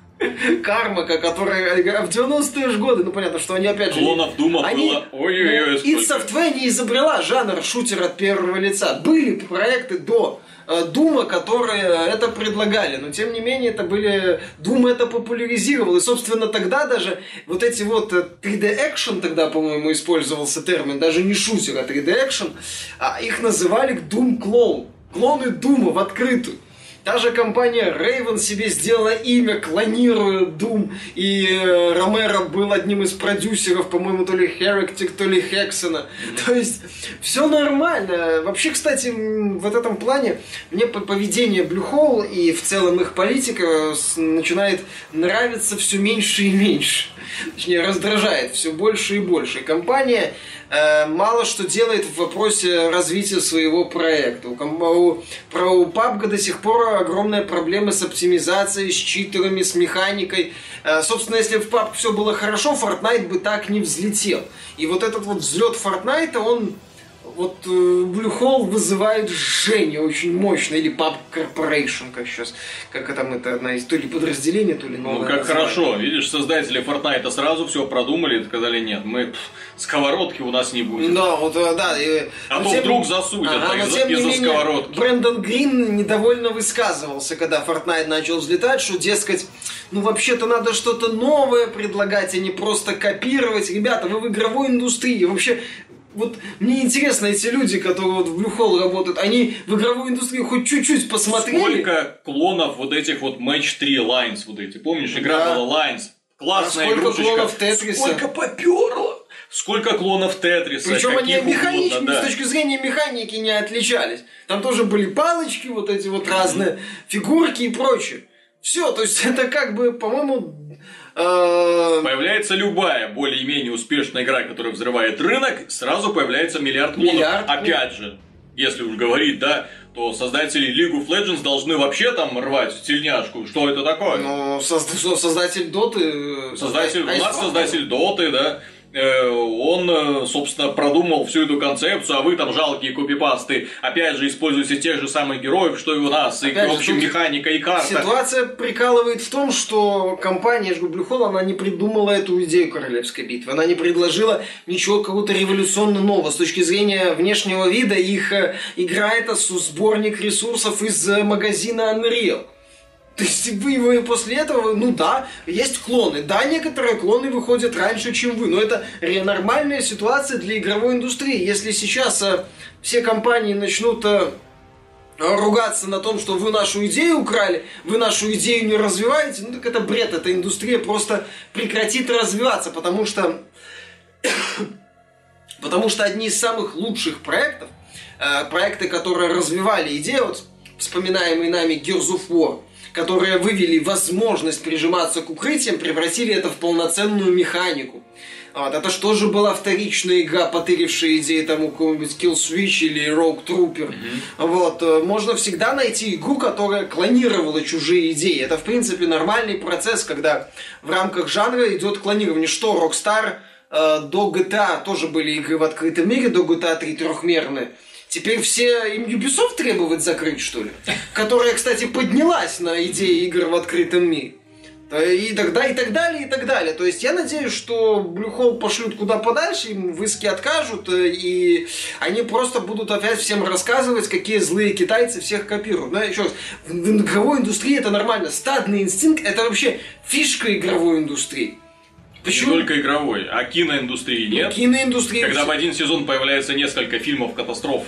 Кармака, которая в девяностые же годы, ну понятно, что они опять же... Клонов Дума они, было. Ой-ой-ой, id Software не изобрела жанр шутер от первого лица. Были проекты до Дума, которые это предлагали, но тем не менее это были... Doom это популяризировал, и собственно тогда даже вот эти вот три дэ экшен, тогда, по-моему, использовался термин, даже не шутер, а три дэ экшен, а их называли Doom Clone, клоны Дума в открытую. Та же компания Raven себе сделала имя, клонируя Doom, и э, Ромеро был одним из продюсеров, по-моему, то ли Heretic, то ли Hexena. Mm-hmm. То есть, все нормально. Вообще, кстати, в этом плане мне поведение Blue Hole и в целом их политика начинает нравиться все меньше и меньше. Точнее, раздражает все больше и больше. И компания э, мало что делает в вопросе развития своего проекта. У, у, про, у пабг до сих пор огромные проблемы с оптимизацией, с читерами, с механикой. Э, собственно, если в пабг все было хорошо, Fortnite бы так не взлетел. И вот этот вот взлет Fortnite, он... Вот э, Blue Hole вызывает жжение очень мощно. Или пабг Corporation, как сейчас. Как там это одна из то ли подразделения, то ли новое. Ну как название. Хорошо. Видишь, создатели Fortnite сразу все продумали и сказали, нет, мы пф, сковородки у нас не будет. Да, вот да. И, а то тем... вдруг засудят ага, из-за, тем из-за менее, сковородки. Брэндон Грин недовольно высказывался, когда Fortnite начал взлетать, что, дескать, ну вообще-то надо что-то новое предлагать, а не просто копировать. Ребята, вы в игровой индустрии. Вообще... Вот мне интересно, эти люди, которые вот в Blue Hole работают, они в игровую индустрию хоть чуть-чуть посмотрели? Сколько клонов вот этих вот Match три Lines вот эти, помнишь, игра да. была Lines? Классная а сколько игрушечка. Клонов Тетриса? Сколько попёрло! Сколько клонов Тетриса? Причем они механически, угодно, да. с точки зрения механики не отличались. Там тоже были палочки, вот эти вот разные mm-hmm. фигурки и прочее. Все, то есть это как бы, по-моему... Появляется любая более-менее успешная игра, которая взрывает рынок, сразу появляется миллиард клонов. Миллиард. Опять же, если уж говорить, да, то создатели League of Legends должны вообще там рвать тельняшку. Что это такое? Ну, созда- создатель Доты... Создатель, у нас создатель Доты, да. Он, собственно, продумал всю эту концепцию, а вы там жалкие копипасты опять же используете тех же самых героев, что и у нас, опять и, в общем, механика и карта. Ситуация прикалывает в том, что компания Blue Hole, она не придумала эту идею королевской битвы, она не предложила ничего какого-то революционно нового. С точки зрения внешнего вида, их игра это сборник ресурсов из магазина Unreal. То есть вы его после этого, ну да, есть клоны. Да, некоторые клоны выходят раньше, чем вы. Но это нормальная ситуация для игровой индустрии. Если сейчас а, все компании начнут а, ругаться на том, что вы нашу идею украли, вы нашу идею не развиваете, ну так это бред. Эта индустрия просто прекратит развиваться, потому что, потому что одни из самых лучших проектов, а, проекты, которые развивали идею, вот вспоминаемый нами Gears of War, которые вывели возможность прижиматься к укрытиям, превратили это в полноценную механику. Вот. Это что же была вторичная игра, потырившая идеи тому какого-нибудь Kill Switch или Rogue Trooper. Mm-hmm. Вот. Можно всегда найти игру, которая клонировала чужие идеи. Это, в принципе, нормальный процесс, когда в рамках жанра идет клонирование. Что Rockstar э, до джи ти эй тоже были игры в открытом мире, до джи ти эй три трехмерные. Теперь все им Ubisoft требует закрыть, что ли? Которая, кстати, поднялась на идее игр в открытом мире. И тогда, и так далее, и так далее. То есть я надеюсь, что Blue Hole пошлют куда подальше, им выски откажут, и они просто будут опять всем рассказывать, какие злые китайцы всех копируют. Но еще раз, в игровой индустрии это нормально. Стадный инстинкт – это вообще фишка игровой индустрии. Почему? Не только игровой, а киноиндустрии нет. Киноиндустрии. Когда в один сезон появляется несколько фильмов катастроф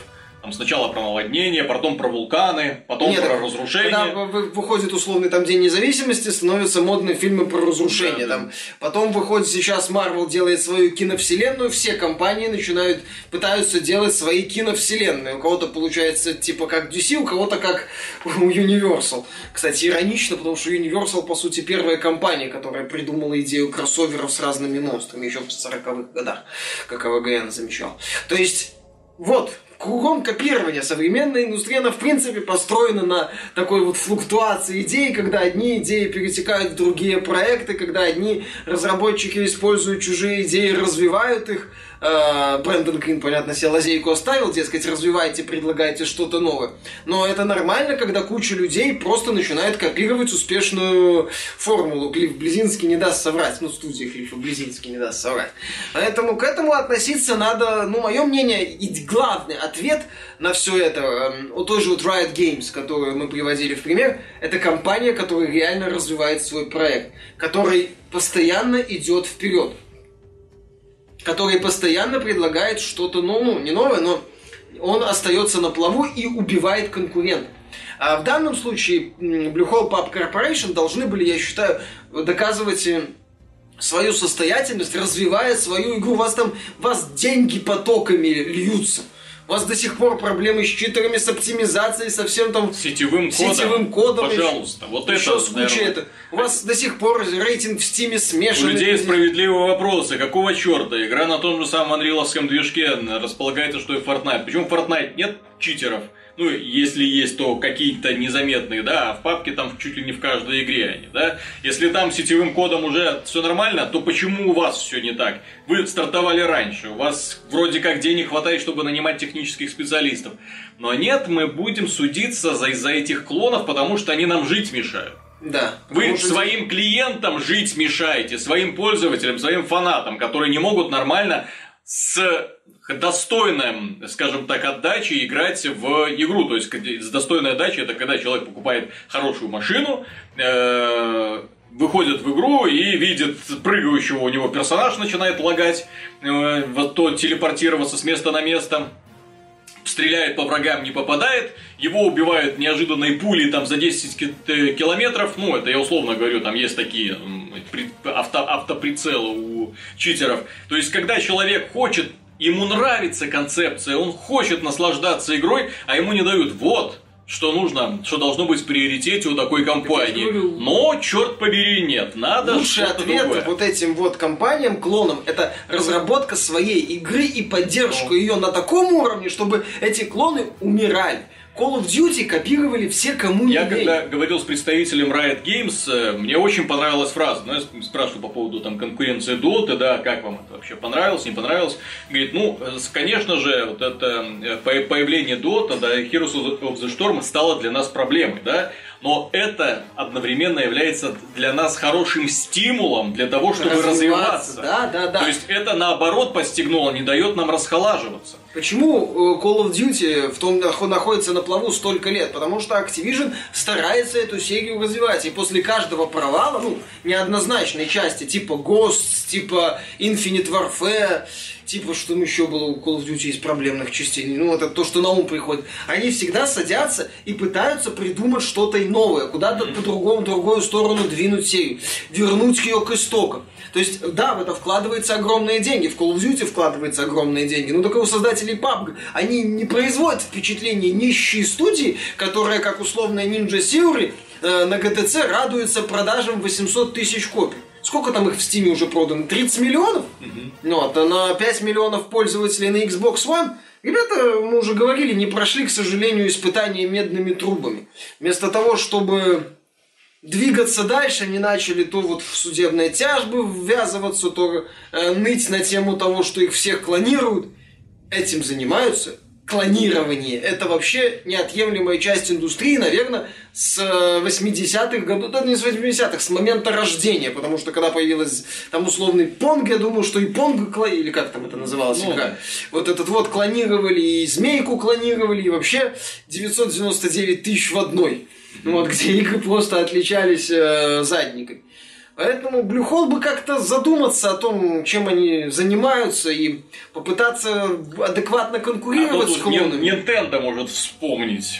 Там сначала про наводнение, потом про вулканы, потом Нет, про разрушение. Когда выходит условный там День независимости, становятся модные фильмы про разрушение. Да, там. Да. Потом выходит сейчас Marvel делает свою киновселенную, все компании начинают, пытаются делать свои киновселенные. У кого-то получается типа как ди си, у кого-то как у Universal. Кстати, иронично, потому что Universal, по сути, первая компания, которая придумала идею кроссоверов с разными монстрами еще в сороковых годах, как А В Г Н замечал. То есть, вот, кругом копирования. Современная индустрия, она в принципе построена на такой вот флуктуации идей, когда одни идеи перетекают в другие проекты, когда одни разработчики используют чужие идеи, развивают их. Брэндон Квин, понятно, себе лазейку оставил, дескать, развивайте, предлагайте что-то новое. Но это нормально, когда куча людей просто начинает копировать успешную формулу. Клифф Близинский не даст соврать. Ну, студия Клиффа Близинский не даст соврать. Поэтому к этому относиться надо, ну, мое мнение, и главный ответ на все это, у той же вот Riot Games, которую мы приводили в пример, это компания, которая реально развивает свой проект, который постоянно идет вперед, который постоянно предлагает что-то, ну, ну, не новое, но он остается на плаву и убивает конкурента. А в данном случае Blue Hole Pub Corporation должны были, я считаю, доказывать свою состоятельность, развивая свою игру. У вас там, у вас деньги потоками льются. У вас до сих пор проблемы с читерами, с оптимизацией, со всем там... Сетевым кодом. Сетевым кодом. Пожалуйста. Вот еще это, с кучей это. У вас до сих пор рейтинг в Стиме смешанный. У людей справедливые вопросы. Какого черта? Игра на том же самом анриловском движке располагается, что и Fortnite. Почему в Fortnite нет читеров? Ну, если есть, то какие-то незаметные, да, а в папке там чуть ли не в каждой игре они, да. Если там сетевым кодом уже все нормально, то почему у вас все не так? Вы стартовали раньше, у вас вроде как денег хватает, чтобы нанимать технических специалистов. Но нет, мы будем судиться за, за этих клонов, потому что они нам жить мешают. Да. Вы своим клиентам жить мешаете, своим пользователям, своим фанатам, которые не могут нормально с достойным, скажем так, отдачей играть в игру. То есть, с достойной отдачей это когда человек покупает хорошую машину, э- выходит в игру и видит прыгающего у него персонаж, начинает лагать, э- то телепортироваться с места на место. Стреляет по врагам, не попадает, его убивают неожиданной пулей там за десять километров, ну это я условно говорю, там есть такие авто, автоприцелы у читеров. То есть, когда человек хочет, ему нравится концепция, он хочет наслаждаться игрой, а ему не дают, вот, что нужно, что должно быть в приоритете у такой компании. Но, черт побери, нет, надо лучший ответ другое. Вот этим вот компаниям, клонам, это разработка своей игры и поддержка ну. ее на таком уровне, чтобы эти клоны умирали. Call of Duty копировали все, кому не Я лень. Когда говорил с представителем Riot Games, мне очень понравилась фраза. Ну, я спрашиваю по поводу там, конкуренции Dota, да, как вам это вообще понравилось, не понравилось. Говорит, ну, конечно же, вот это появление Dota, да, Heroes of the Storm стало для нас проблемой, да. Но это одновременно является для нас хорошим стимулом для того, чтобы развиваться. Да, да, да. То есть это наоборот подстегнуло, не дает нам расхолаживаться. Почему Call of Duty в том находится на плаву столько лет? Потому что Activision старается эту серию развивать. И после каждого провала, ну, неоднозначной части, типа Ghosts, типа Infinite Warfare, типа, что там еще было у Call of Duty из проблемных частей, ну, это то, что на ум приходит. Они всегда садятся и пытаются придумать что-то новое, куда-то mm-hmm. по-другому, в другую сторону двинуть серию, вернуть ее к истокам. То есть, да, в это вкладываются огромные деньги, в Call of Duty вкладываются огромные деньги, но только у создателей пабг они не производят впечатление нищей студии, которая, как условная Ninja Theory, э, на джи ти си радуется продажам восемьсот тысяч копий. Сколько там их в Steam уже продано? тридцать миллионов? Mm-hmm. Ну, вот, а на пять миллионов пользователей на Xbox One. Ребята, мы уже говорили, не прошли, к сожалению, испытания медными трубами. Вместо того, чтобы двигаться дальше, они начали то вот в судебные тяжбы ввязываться, то э, ныть на тему того, что их всех клонируют. Этим занимаются. Клонирование – это вообще неотъемлемая часть индустрии, наверное, с восьмидесятых годов, да не с восьмидесятых, с момента рождения, потому что когда появилась там условный Понг, я думаю, что и Понг, или как там это называлось, ну, игра, вот этот вот клонировали, и Змейку клонировали, и вообще девятьсот девяносто девять тысяч в одной, mm-hmm. вот, где игры просто отличались э, задниками. Поэтому Blue Hole бы как-то задуматься о том, чем они занимаются, и попытаться адекватно конкурировать а с клонами. Nintendo может вспомнить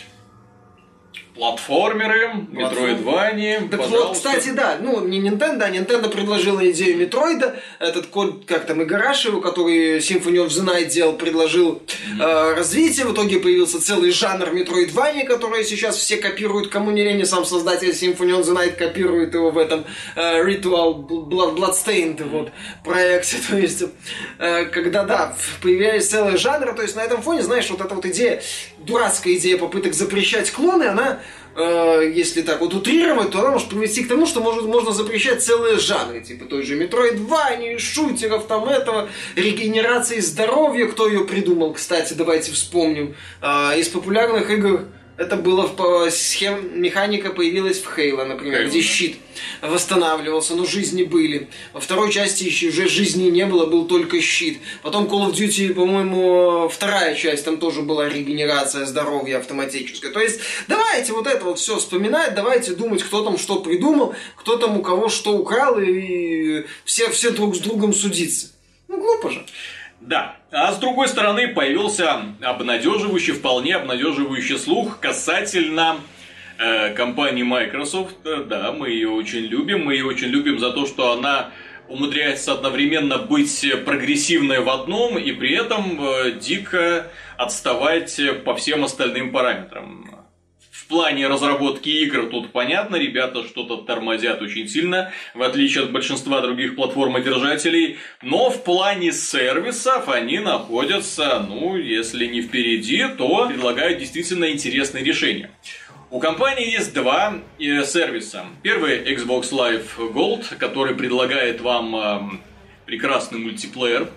платформеры, Metroidvania. Так вот, кстати, да, ну не Nintendo, а Nintendo предложила идею Метроида. Этот код, как там, Игараши, который Symphony of the Night делал, предложил mm-hmm. э, развитие. В итоге появился целый жанр Metroidvania, который сейчас все копируют. Кому не лень, сам создатель Symphony of the Night копирует его в этом э, Ritual Blood, Bloodstained mm-hmm. вот, проекте. То есть, э, когда, да, появлялись целые жанры, то есть на этом фоне, знаешь, вот эта вот идея, дурацкая идея попыток запрещать клоны, она, э, если так вот утрировать, то она может привести к тому, что может, можно запрещать целые жанры, типа той же Metroidvania, шутеров, там этого, регенерации здоровья, кто ее придумал, кстати, давайте вспомним. Э, из популярных игр это было в схем, механика появилась в Halo, например, Halo. Где щит восстанавливался, но жизни были. Во второй части еще уже жизни не было, был только щит. Потом Call of Duty, по-моему, вторая часть, там тоже была регенерация здоровья автоматическая. То есть давайте вот это вот все вспоминать, давайте думать, кто там что придумал, кто там у кого что украл, и все, все друг с другом судиться. Ну, глупо же. Да. А с другой стороны, появился обнадеживающий, вполне обнадеживающий слух касательно э, компании Microsoft. Да, мы ее очень любим. Мы ее очень любим за то, что она умудряется одновременно быть прогрессивной в одном и при этом э, дико отставать по всем остальным параметрам. В плане разработки игр тут понятно, ребята что-то тормозят очень сильно, в отличие от большинства других платформодержателей, но в плане сервисов они находятся, ну, если не впереди, то предлагают действительно интересные решения. У компании есть два сервиса. Первый Xbox Live Gold, который предлагает вам э, прекрасный мультиплеер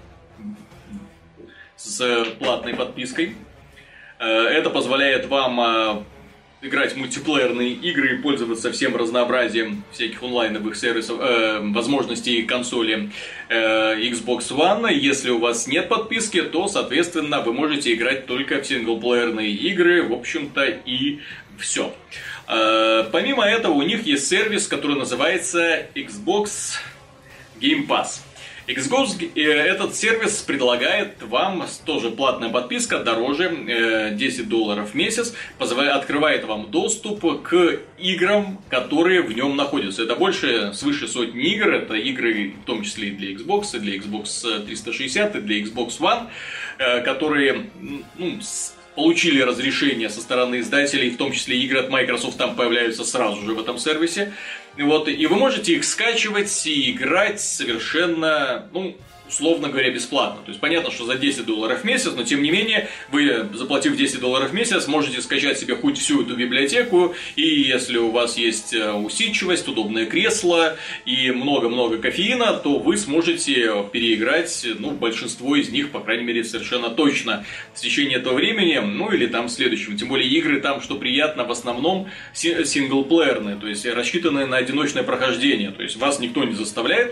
с платной подпиской. Э, это позволяет вам э, играть в мультиплеерные игры и пользоваться всем разнообразием всяких онлайновых сервисов, э, возможностей консоли э, Xbox One. Если у вас нет подписки, то, соответственно, вы можете играть только в синглплеерные игры, в общем-то, и все. Э, помимо этого, у них есть сервис, который называется Xbox Game Pass. Xbox, этот сервис предлагает вам, тоже платная подписка, дороже, десять долларов в месяц, позволяет, открывает вам доступ к играм, которые в нем находятся. Это больше, свыше сотни игр, это игры в том числе и для Xbox, и для Xbox триста шестьдесят, и для Xbox One, которые, ну, получили разрешение со стороны издателей, в том числе игры от Microsoft там появляются сразу же в этом сервисе. Вот, и вы можете их скачивать и играть совершенно, ну, условно говоря, бесплатно. То есть понятно, что за десять долларов в месяц, но тем не менее, вы, заплатив десять долларов в месяц, можете скачать себе хоть всю эту библиотеку, и если у вас есть усидчивость, удобное кресло и много-много кофеина, то вы сможете переиграть, ну, большинство из них, по крайней мере, совершенно точно в течение этого времени, ну, или там в следующем. Тем более игры там, что приятно, в основном синглплеерные, то есть рассчитанные на одиночное прохождение, то есть вас никто не заставляет.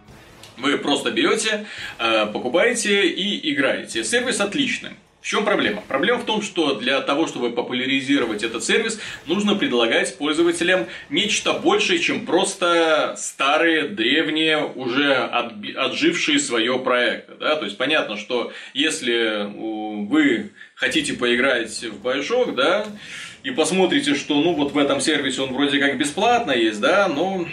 Вы просто берете, покупаете и играете. Сервис отличный. В чем проблема? Проблема в том, что для того, чтобы популяризировать этот сервис, нужно предлагать пользователям нечто большее, чем просто старые, древние, уже отжившие свое проекты. Да? То есть понятно, что если вы хотите поиграть в Bioshock, да, и посмотрите, что ну вот в этом сервисе он вроде как бесплатно есть, да, ну,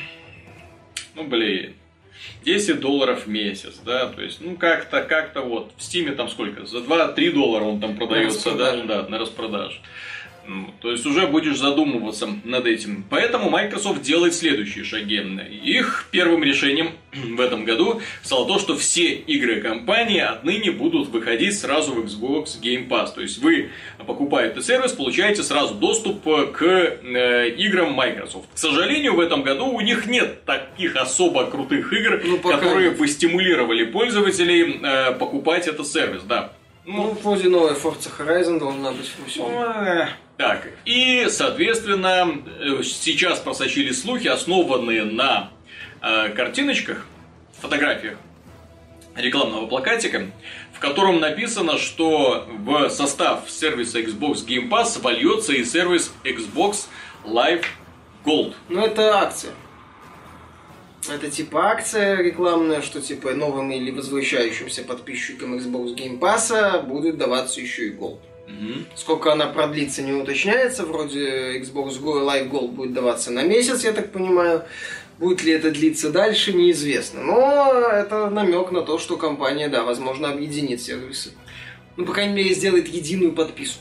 ну блин. десять долларов в месяц, да, то есть, ну, как-то, как-то вот, в Стиме там сколько, за два-три доллара он там продается, да, да, на распродаже. То есть, уже будешь задумываться над этим. Поэтому Microsoft делает следующие шаги. Их первым решением в этом году стало то, что все игры компании отныне будут выходить сразу в Xbox Game Pass. То есть, вы, покупая этот сервис, получаете сразу доступ к э, играм Microsoft. К сожалению, в этом году у них нет таких особо крутых игр, ну, которые бы стимулировали пользователей э, покупать этот сервис, да. Ну, вроде новая Forza Horizon должна быть во всем. Так, и, соответственно, сейчас просочились слухи, основанные на э, картиночках, фотографиях рекламного плакатика, в котором написано, что в состав сервиса Xbox Game Pass вольется и сервис Xbox Live Gold. Ну, это акция. Это типа акция рекламная, что типа новым или возвращающимся подписчикам Xbox Game Pass будет даваться еще и Gold. Mm-hmm. Сколько она продлится, не уточняется. Вроде Xbox Live Gold будет даваться на месяц, я так понимаю. Будет ли это длиться дальше, неизвестно. Но это намек на то, что компания, да, возможно, объединит сервисы. Ну, по крайней мере, сделает единую подписку.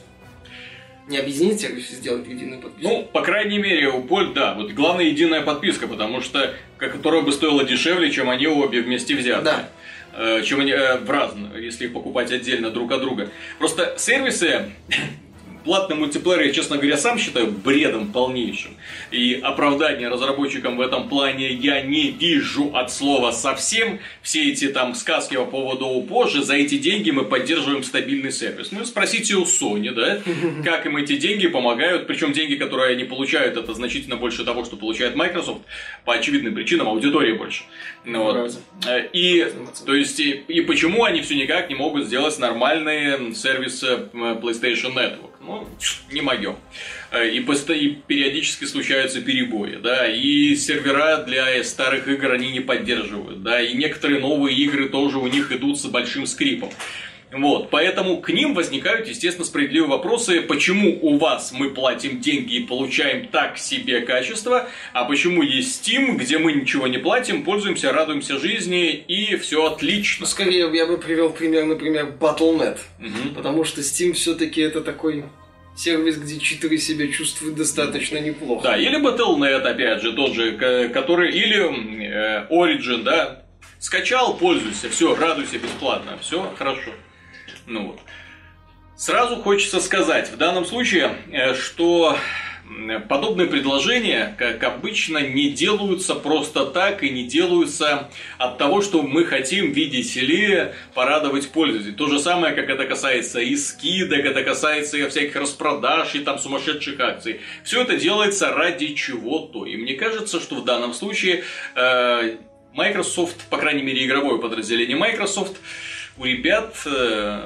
Не объединить сервисы, сделать единую подписку. Ну, по крайней мере, у Поль, да, вот главная единая подписка, потому что, которая бы стоила дешевле, чем они обе вместе взятые. Да. Чем они э, в разных, если их покупать отдельно друг от друга. Просто сервисы, платный мультиплеер, я, честно говоря, сам считаю бредом полнейшим. И оправдания разработчикам в этом плане я не вижу от слова совсем. Все эти там сказки по поводу позже, за эти деньги мы поддерживаем стабильный сервис. Ну, спросите у Sony, да, как им эти деньги помогают. Причем деньги, которые они получают, это значительно больше того, что получает Microsoft. По очевидным причинам, аудитории больше. Ну, вот. И, то есть, и, и почему они все никак не могут сделать нормальные сервисы PlayStation Network? Ну, не могем. И, и периодически случаются перебои, да, и сервера для старых игр они не поддерживают, да, и некоторые новые игры тоже у них идут с большим скрипом. Вот, поэтому к ним возникают, естественно, справедливые вопросы, почему у вас мы платим деньги и получаем так себе качество, а почему есть Steam, где мы ничего не платим, пользуемся, радуемся жизни и все отлично. Ну, скорее, я бы привел пример, например, батл точка нет, угу. Потому что Steam все-таки это такой сервис, где читеры себя чувствуют достаточно неплохо. Да, или батл точка нет, опять же, тот же, который, или э, Origin, да, скачал, пользуйся, все, радуйся бесплатно, все хорошо. Ну вот. Сразу хочется сказать в данном случае, что подобные предложения, как обычно, не делаются просто так и не делаются от того, что мы хотим, видите ли, порадовать пользователей. То же самое, как это касается и скидок, это касается и всяких распродаж, и там сумасшедших акций. Все это делается ради чего-то. И мне кажется, что в данном случае э, Microsoft, по крайней мере игровое подразделение Microsoft, у ребят э,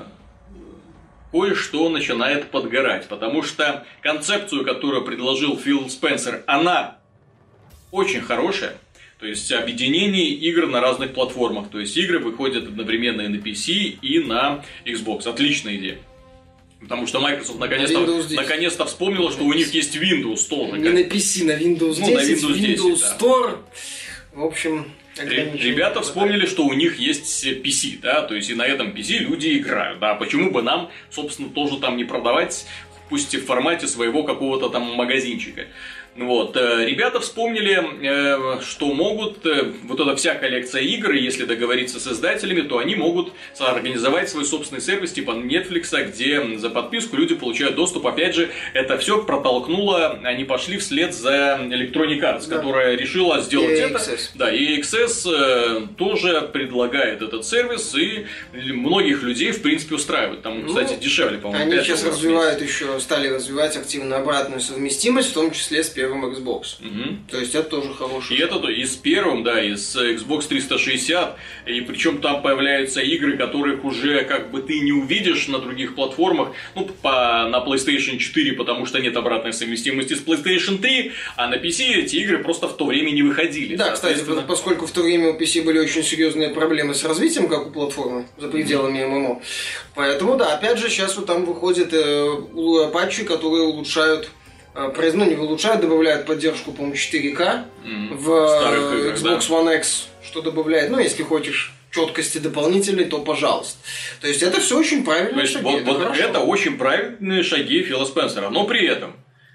кое-что начинает подгорать, потому что концепцию, которую предложил Фил Спенсер, она очень хорошая, то есть объединение игр на разных платформах, то есть игры выходят одновременно и на пи си, и на Xbox, отличная идея. Потому что Microsoft наконец-то, наконец-то вспомнила, что у них есть Windows тоже. Не на пи си, на Windows десять, ну, на Windows, Windows десять, Store, да. В общем... Ребята вспомнили, что у них есть пи си, да, то есть и на этом пи си люди играют, да, почему бы нам, собственно, тоже там не продавать, пусть и в формате своего какого-то там магазинчика. Вот. Ребята вспомнили, что могут, вот эта вся коллекция игр, если договориться с издателями, то они могут организовать свой собственный сервис типа Netflix, где за подписку люди получают доступ. Опять же, это все протолкнуло, они пошли вслед за Electronic Arts, да. Которая решила сделать и это. Да, и икс эс тоже предлагает этот сервис, и многих людей, в принципе, устраивает. Там, кстати, ну, дешевле, по-моему. Они сейчас развивают еще, стали развивать активно обратную совместимость, в том числе с первым Xbox. Угу. То есть это тоже хороший. И это и с первым, да, и с Xbox триста шестьдесят. И причем там появляются игры, которых уже как бы ты не увидишь на других платформах. Ну, по, на PlayStation четыре, потому что нет обратной совместимости с PlayStation три, а на пи си эти игры просто в то время не выходили. Да, кстати, поскольку в то время у пи си были очень серьезные проблемы с развитием, как у платформы, за пределами эм эм о. Поэтому, да, опять же, сейчас вот там выходят э, патчи, которые улучшают. Ну, не улучшают, добавляют поддержку, по-моему, четыре ка mm-hmm. в Xbox One X, что добавляет, ну, если хочешь четкости дополнительной, то пожалуйста. То есть это все очень правильные шаги. Вот, это, вот это очень правильные шаги Фила Спенсера, но при этом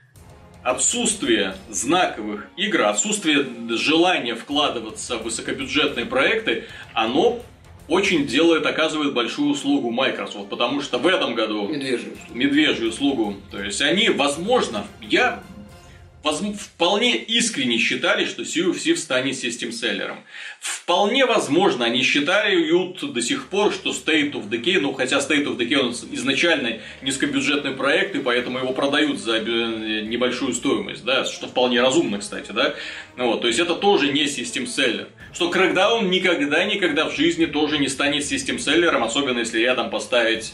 отсутствие знаковых игр, отсутствие желания вкладываться в высокобюджетные проекты, оно очень делает, оказывает большую услугу Microsoft, потому что в этом году медвежью, медвежью услугу, то есть они, возможно, я воз, вполне искренне считали, что Sea of Thieves станет систем-селлером. Вполне возможно, они считали до сих пор, что State of Decay, ну хотя State of Decay он изначально низкобюджетный проект, и поэтому его продают за небольшую стоимость, да, что вполне разумно, кстати, да. Вот, то есть это тоже не систем-селлер. Что Crackdown никогда-никогда в жизни тоже не станет систем-селлером, особенно если рядом поставить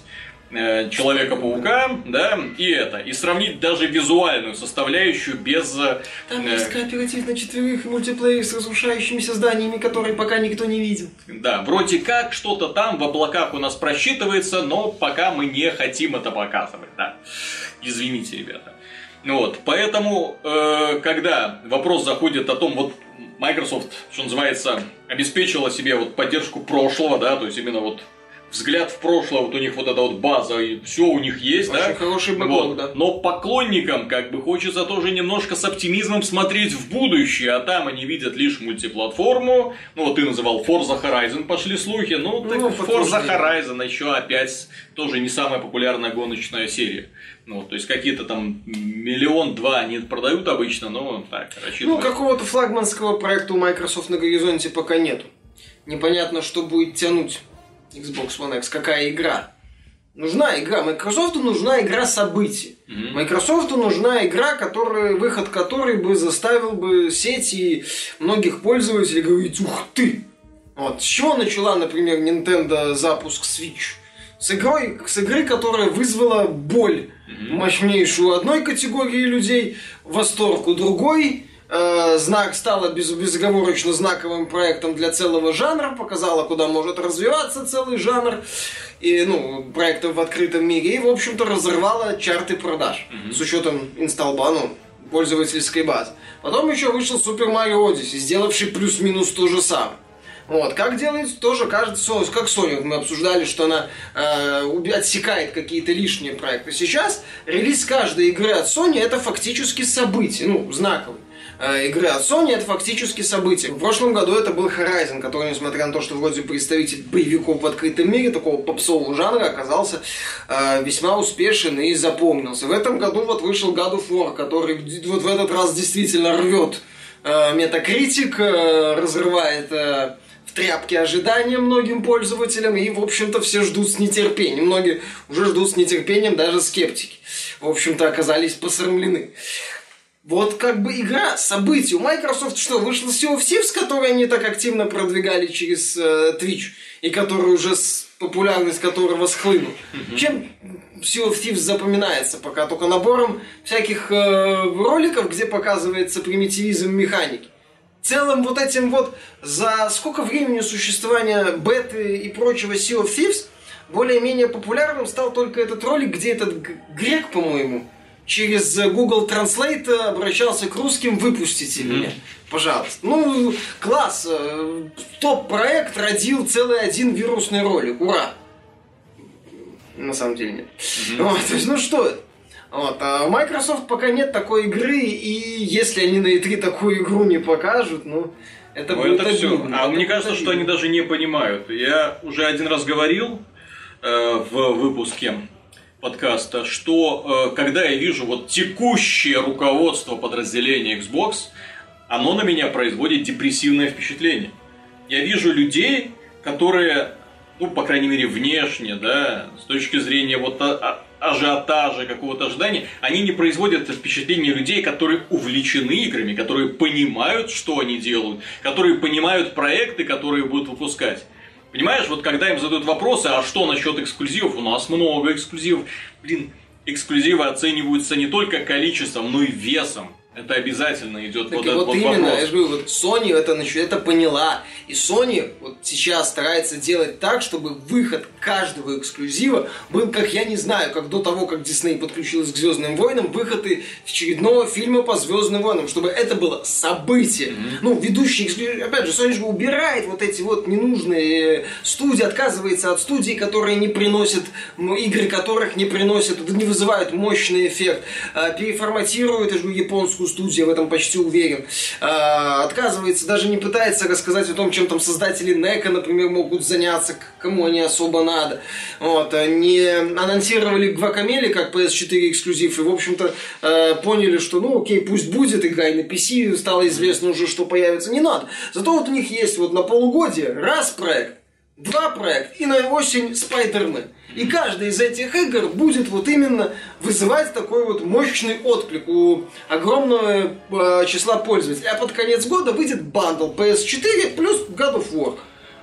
э, Человека-паука, да, и это. И сравнить даже визуальную составляющую без... Э, Там есть кооператив на четверых и мультиплеер с разрушающимися зданиями, которые пока никто не видел. Да, вроде как что-то там в облаках у нас просчитывается, но пока мы не хотим это показывать, да. Извините, ребята. Вот, поэтому, э, когда вопрос заходит о том, вот Microsoft, что называется, обеспечила себе вот поддержку прошлого, да, то есть именно вот взгляд в прошлое, вот у них вот эта вот база, и все у них есть, очень да. Хороший бэклог, вот. да. Но поклонникам как бы хочется тоже немножко с оптимизмом смотреть в будущее, а там они видят лишь мультиплатформу. Ну вот ты называл Forza Horizon, пошли слухи, ну, ну так Forza Horizon еще опять тоже не самая популярная гоночная серия. Ну, то есть какие-то там миллион-два они продают обычно, но так, рассчитывают. Ну, какого-то флагманского проекта у Microsoft на горизонте пока нету. Непонятно, что будет тянуть Xbox One X, какая игра. Нужна игра. Microsoft нужна игра событий. Mm-hmm. Microsoft нужна игра, которая, выход которой бы заставил бы сеть и многих пользователей говорить: ух ты! Вот. С чего начала, например, Nintendo запуск Switch? С, игрой, с игры, которая вызвала боль mm-hmm. мощнейшую одной категории людей, восторг у другой. Э, знак стала без, безоговорочно знаковым проектом для целого жанра, показала, куда может развиваться целый жанр, и, ну, проектов в открытом мире, и, в общем-то, разорвала чарты продаж mm-hmm. с учетом инсталба, ну, пользовательской базы. Потом еще вышел Super Mario Odyssey, сделавший плюс-минус то же самое. Вот. Как делает, тоже кажется, как Sony, мы обсуждали, что она э, отсекает какие-то лишние проекты. Сейчас релиз каждой игры от Sony это фактически событие, ну, знаковый. Э, игры от Sony это фактически событие. В прошлом году это был Horizon, который, несмотря на то, что вроде представитель боевиков в открытом мире, такого попсового жанра, оказался э, весьма успешен и запомнился. В этом году вот вышел God of War, который вот в этот раз действительно рвет э, Metacritic, э, разрывает... Э, в тряпке ожидания многим пользователям, и, в общем-то, все ждут с нетерпением. Многие уже ждут с нетерпением, даже скептики. В общем-то, оказались посрамлены. Вот как бы игра, событие. У Microsoft что, вышла Sea of Thieves, который они так активно продвигали через э, Twitch, и который уже с популярность которого схлынула. Mm-hmm. Чем Sea of Thieves запоминается пока? Только набором всяких э, роликов, где показывается примитивизм механики. В целом, вот этим вот, за сколько времени существования беты и прочего Sea of Thieves, более-менее популярным стал только этот ролик, где этот грек, по-моему, через Google Translate обращался к русским: выпустите mm-hmm. меня, пожалуйста. Ну, класс, топ-проект родил целый один вирусный ролик, ура! На самом деле нет. Mm-hmm. Вот, то есть, ну что это? Вот. А у Microsoft пока нет такой игры, и если они на и три такую игру не покажут, ну, это ну, будет это обидно. все. А это мне кажется, обидно. Что они даже не понимают. Я уже один раз говорил э, в выпуске подкаста, что э, когда я вижу вот текущее руководство подразделения Xbox, оно на меня производит депрессивное впечатление. Я вижу людей, которые, ну, по крайней мере, внешне, да, с точки зрения вот а, ажиотажа, какого-то ожидания, они не производят это впечатление людей, которые увлечены играми, которые понимают, что они делают, которые понимают проекты, которые будут выпускать. Понимаешь, вот когда им задают вопросы: а что насчет эксклюзивов? У нас много эксклюзивов. Блин, эксклюзивы оцениваются не только количеством, но и весом. Это обязательно идет так вот и этот вот вот именно, вопрос. Я же говорю, вот Sony это, это поняла. И Sony вот сейчас старается делать так, чтобы выход каждого эксклюзива был, как я не знаю, как до того, как Disney подключилась к Звездным войнам, выход очередного фильма по Звездным войнам, чтобы это было событие. Mm-hmm. Ну, ведущий эксклюзив, опять же, Sony же убирает вот эти вот ненужные студии, отказывается от студий, которые не приносят, игры которых не приносят, не вызывают мощный эффект, переформатирует, я же говорю, японскую студия, в этом почти уверен. А, отказывается, даже не пытается рассказать о том, чем там создатели Нека, например, могут заняться, кому они особо надо. Вот. Не анонсировали Гвакамеле как пи эс четыре эксклюзив, и, в общем-то, э, поняли, что, ну, окей, пусть будет, игра и на пи си, стало известно уже, что появится, не надо. Зато вот у них есть вот на полугодие раз проект, два проекта, и на осень Spider-Man. И каждая из этих игр будет вот именно вызывать такой вот мощный отклик у огромного э, числа пользователей. А под конец года выйдет бандл пи эс четыре плюс God of War.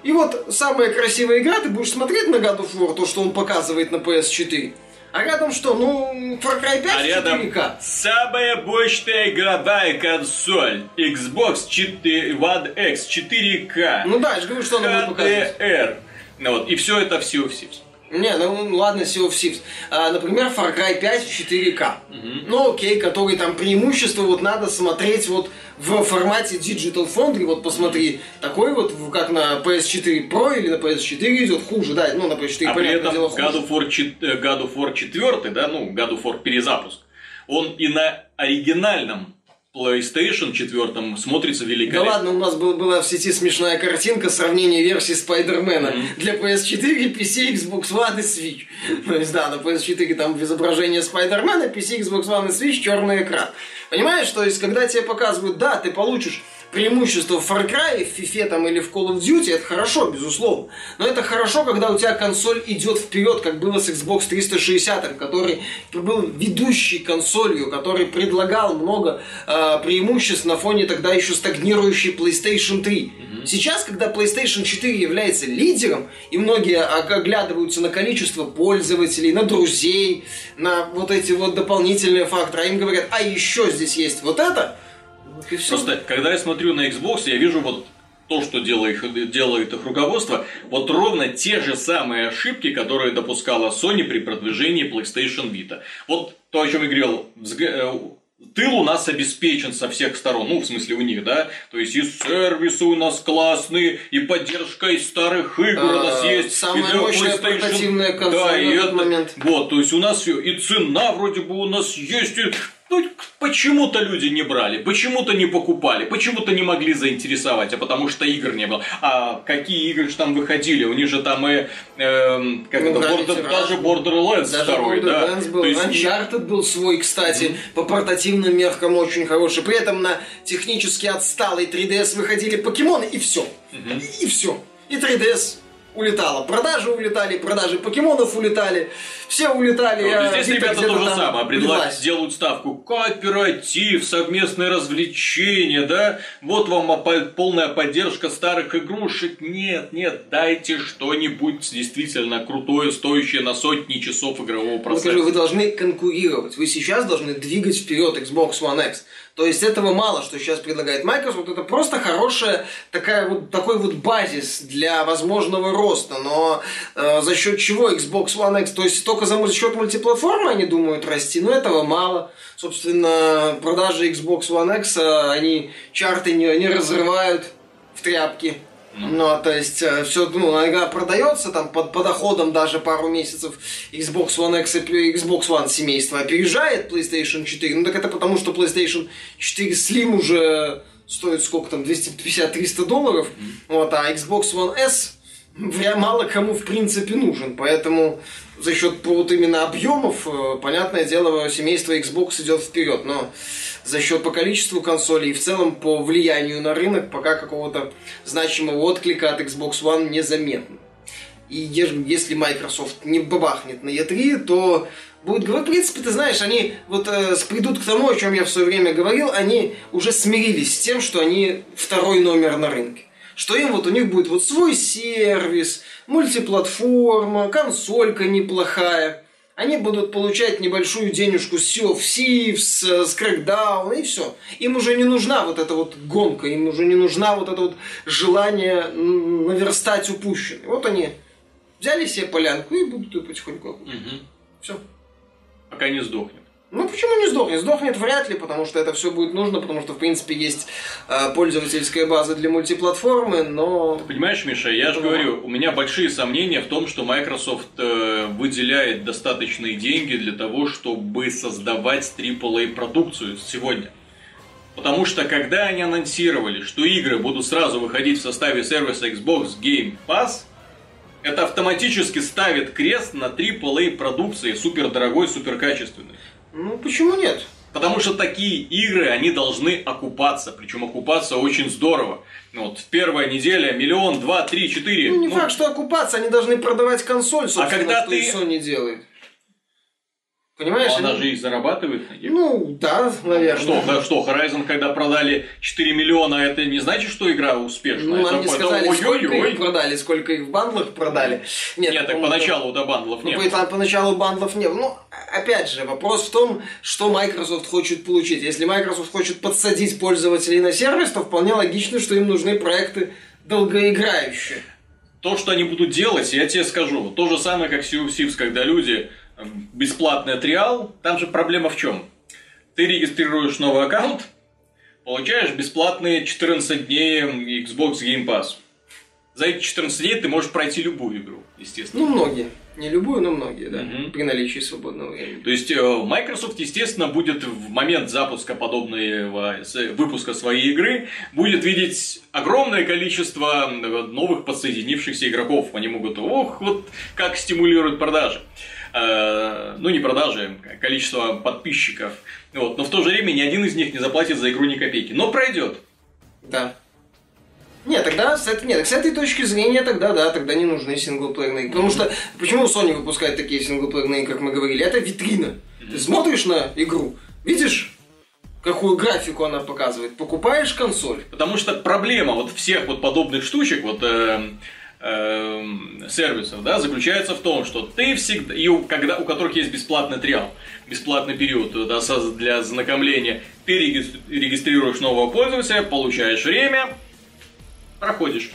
И вот самая красивая игра, ты будешь смотреть на God of War, то, что он показывает на пи эс четыре. А рядом что? Ну, Far Cry пять а рядом четыре ка. самая мощная игровая консоль Xbox One X четыре ка. Ну да, я же говорю, что она будет показывать. эйч ди ар. Ну, вот, и все это в Sea of Thieves. Не, ну ладно, Sea of Thieves. А, например, Far Cry пять в четыре ка. Угу. Ну окей, который там преимущество вот надо смотреть вот в формате Digital Foundry. Вот посмотри, такой вот, как на пи эс четыре Pro или на пи эс четыре идет хуже, да, ну на пи эс четыре, а при этом дело, хуже. God of War, God of War четыре, да, ну God of War перезапуск, он и на оригинальном PlayStation четыре смотрится великолепно. Да ладно, у нас был, была в сети смешная картинка сравнения версий Спайдермена mm-hmm. для пи эс четыре, пи си, Xbox One и Switch. То есть, да, на пи эс четыре там изображение Спайдермена, пи си, Xbox One и Switch, черный экран. Понимаешь, то есть, когда тебе показывают, да, ты получишь преимущество в Far Cry, в FIFA там, или в Call of Duty, это хорошо, безусловно. Но это хорошо, когда у тебя консоль идет вперед, как было с Xbox триста шестьдесят, который был ведущей консолью, который предлагал много э, преимуществ на фоне тогда еще стагнирующей PlayStation три. Mm-hmm. Сейчас, когда PlayStation четыре является лидером, и многие оглядываются на количество пользователей, на друзей, на вот эти вот дополнительные факторы, а им говорят, а еще здесь есть вот это. Просто, когда я смотрю на Xbox, я вижу вот то, что делает, делает их руководство, вот ровно те же самые ошибки, которые допускала Sony при продвижении PlayStation Vita. Вот то, о чем я говорил, тыл у нас обеспечен со всех сторон, ну, в смысле у них, да, то есть и сервисы у нас классные, и поддержка из старых игр у нас есть. Самая мощная портативная консоль да, на и этот это, момент. Вот, то есть у нас все, и цена вроде бы у нас есть, и... Ну, почему-то люди не брали, почему-то не покупали, почему-то не могли заинтересовать, а потому что игр не было. А какие игры же там выходили? У них же там и, э, как ну, это, Border, даже Borderlands даже второй, Borderlands да? был. То есть... Uncharted был свой, кстати, mm-hmm. по портативным меркам очень хороший. При этом на технически отсталый три ди эс выходили покемоны, и все. Mm-hmm. И, и все. И три ди эс улетало. Продажи улетали, продажи покемонов улетали. Все улетали. Вот, а здесь ребята то же самое. Предлагают, власть. делают ставку кооператив, совместное развлечение, да? Вот вам полная поддержка старых игрушек. Нет, нет, дайте что-нибудь действительно крутое, стоящее на сотни часов игрового процесса. Скажу, вы должны конкурировать. Вы сейчас должны двигать вперед Xbox One X. То есть этого мало, что сейчас предлагает Microsoft. Это просто хорошая такая вот, такой вот базис для возможного роста. Но э, за счет чего Xbox One X? То есть только за, за счет мультиплатформы они думают расти, но этого мало. Собственно, продажи Xbox One X, э, они чарты не, не разрывают в тряпки. Ну, то есть, все, ну, игра продается, там, по, по доходам даже пару месяцев Xbox One X и Xbox One семейство опережает PlayStation четыре. Ну, так это потому, что PlayStation четыре Slim уже стоит сколько там, двести пятьдесят - триста долларов. Mm. Вот, а Xbox One S мало кому, в принципе, нужен. Поэтому за счет вот именно объемов, понятное дело, семейство Xbox идет вперед. Но за счет по количеству консолей и в целом по влиянию на рынок пока какого-то значимого отклика от Xbox One незаметно. И если Microsoft не бабахнет на и три, то будет говорить, в принципе, ты знаешь, они вот э, придут к тому, о чем я в свое время говорил, они уже смирились с тем, что они второй номер на рынке. Что им вот у них будет вот свой сервис, мультиплатформа, консолька неплохая. Они будут получать небольшую денежку с Sea of Thieves, с Crackdown и все. Им уже не нужна вот эта вот гонка, им уже не нужна вот это вот желание наверстать упущенное. Вот они взяли себе полянку и будут ее потихоньку окунуть. Угу. Все. Пока не сдохнет. Ну, почему не сдохнет? Сдохнет вряд ли, потому что это все будет нужно, потому что, в принципе, есть э, пользовательская база для мультиплатформы, но... Ты понимаешь, Миша, я же говорю, у меня большие сомнения в том, что Microsoft э, выделяет достаточные деньги для того, чтобы создавать трипл эй продукцию сегодня. Потому что, когда они анонсировали, что игры будут сразу выходить в составе сервиса Xbox Game Pass, это автоматически ставит крест на трипл эй продукции, супердорогой, суперкачественной. Ну, почему нет? Потому что такие игры, они должны окупаться. Причем окупаться очень здорово. Вот, в первая неделя миллион, два, три, четыре. Ну, не ну... факт, что окупаться. Они должны продавать консоль, собственно, а когда что ты... и Sony делает. Понимаешь? Но она они... же и зарабатывает на них. Ну, да, наверное. Что, что, Horizon, когда продали четыре миллиона, это не значит, что игра успешная? Ну, нам это, не сказали, это, сколько ой-ой-ой. их продали, сколько их в бандлах продали. Нет, Нет так поначалу до бандлов ну, не было. было. Поначалу бандлов не было. Ну, опять же, вопрос в том, что Microsoft хочет получить. Если Microsoft хочет подсадить пользователей на сервис, то вполне логично, что им нужны проекты долгоиграющие. То, что они будут делать, я тебе скажу. То же самое, как Sea of Thieves, когда люди... Бесплатный триал, там же проблема в чем? Ты регистрируешь новый аккаунт, получаешь бесплатные четырнадцать дней Xbox Game Pass. За эти четырнадцать дней ты можешь пройти любую игру, естественно. Ну, многие. Не любую, но многие, да. Угу. При наличии свободного времени. То есть Microsoft, естественно, будет в момент запуска подобного выпуска своей игры, будет видеть огромное количество новых подсоединившихся игроков. Они могут, ох, вот как стимулируют продажи. Ну, не продажи, а количество подписчиков. Вот. Но в то же время ни один из них не заплатит за игру ни копейки. Но пройдет. Да. Нет, тогда с этой, нет, с этой точки зрения тогда да, тогда не нужны синглплеерные игры. Потому что почему Sony выпускает такие синглплеерные игры, как мы говорили? Это витрина. Mm-hmm. Ты смотришь на игру, видишь, какую графику она показывает, покупаешь консоль. Потому что проблема вот всех вот подобных штучек, вот э, э, сервисов, да, заключается в том, что ты всегда, и у, когда, у которых есть бесплатный триал, бесплатный период да, для знакомления, ты регистрируешь нового пользователя, получаешь время, проходишь.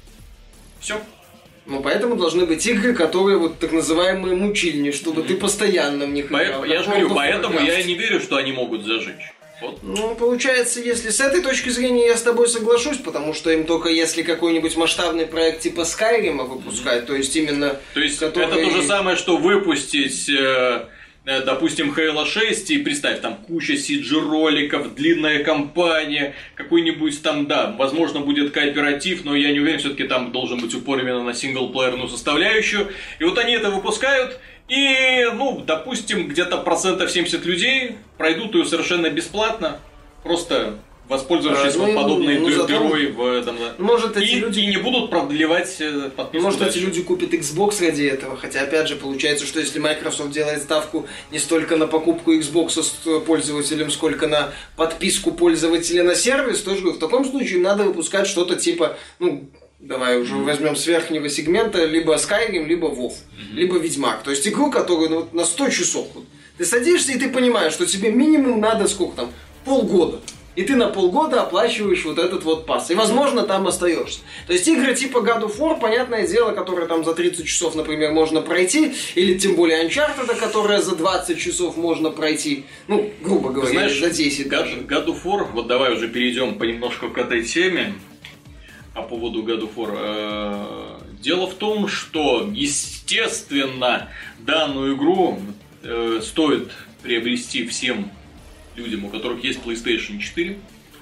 Все. Ну, поэтому должны быть игры, которые вот так называемые мучильни, чтобы mm-hmm. ты постоянно в них играл. По- я же говорю, поэтому я не верю, что они могут зажечь. Вот. Ну, получается, если с этой точки зрения я с тобой соглашусь, потому что им только если какой-нибудь масштабный проект типа Skyrim выпускать, mm-hmm. то есть именно... То есть который... это то же самое, что выпустить... Э- допустим, Halo шесть, и представь, там куча си джи-роликов, длинная кампания, какой-нибудь там, да, возможно, будет кооператив, но я не уверен, все-таки там должен быть упор именно на синглплеерную составляющую. И вот они это выпускают, и, ну, допустим, где-то процентов семьдесят людей пройдут ее совершенно бесплатно, просто... воспользовавшись а, вот ну, подобной ну, дырой в этом, да. Может, эти и, люди... и не будут продлевать подписку. Может, дальше. эти люди купят Xbox ради этого. Хотя, опять же, получается, что если Microsoft делает ставку не столько на покупку Xbox с пользователем, сколько на подписку пользователя на сервис, то в таком случае им надо выпускать что-то типа, ну, давай уже mm-hmm. возьмем с верхнего сегмента, либо Skyrim, либо WoW, mm-hmm. либо Ведьмак. То есть игру, которую ну, на сто часов. Вот, ты садишься и ты понимаешь, что тебе минимум надо сколько там, полгода. И ты на полгода оплачиваешь вот этот вот пас. И, возможно, там остаешься. То есть игры типа God of War, понятное дело, которые там за тридцать часов, например, можно пройти. Или тем более Uncharted, которая за двадцать часов можно пройти. Ну, грубо говоря, знаешь, за десять. God, God of War, вот давай уже перейдем понемножку к этой теме. По поводу God of War. Дело в том, что, естественно, данную игру стоит приобрести всем людям, у которых есть PlayStation четыре,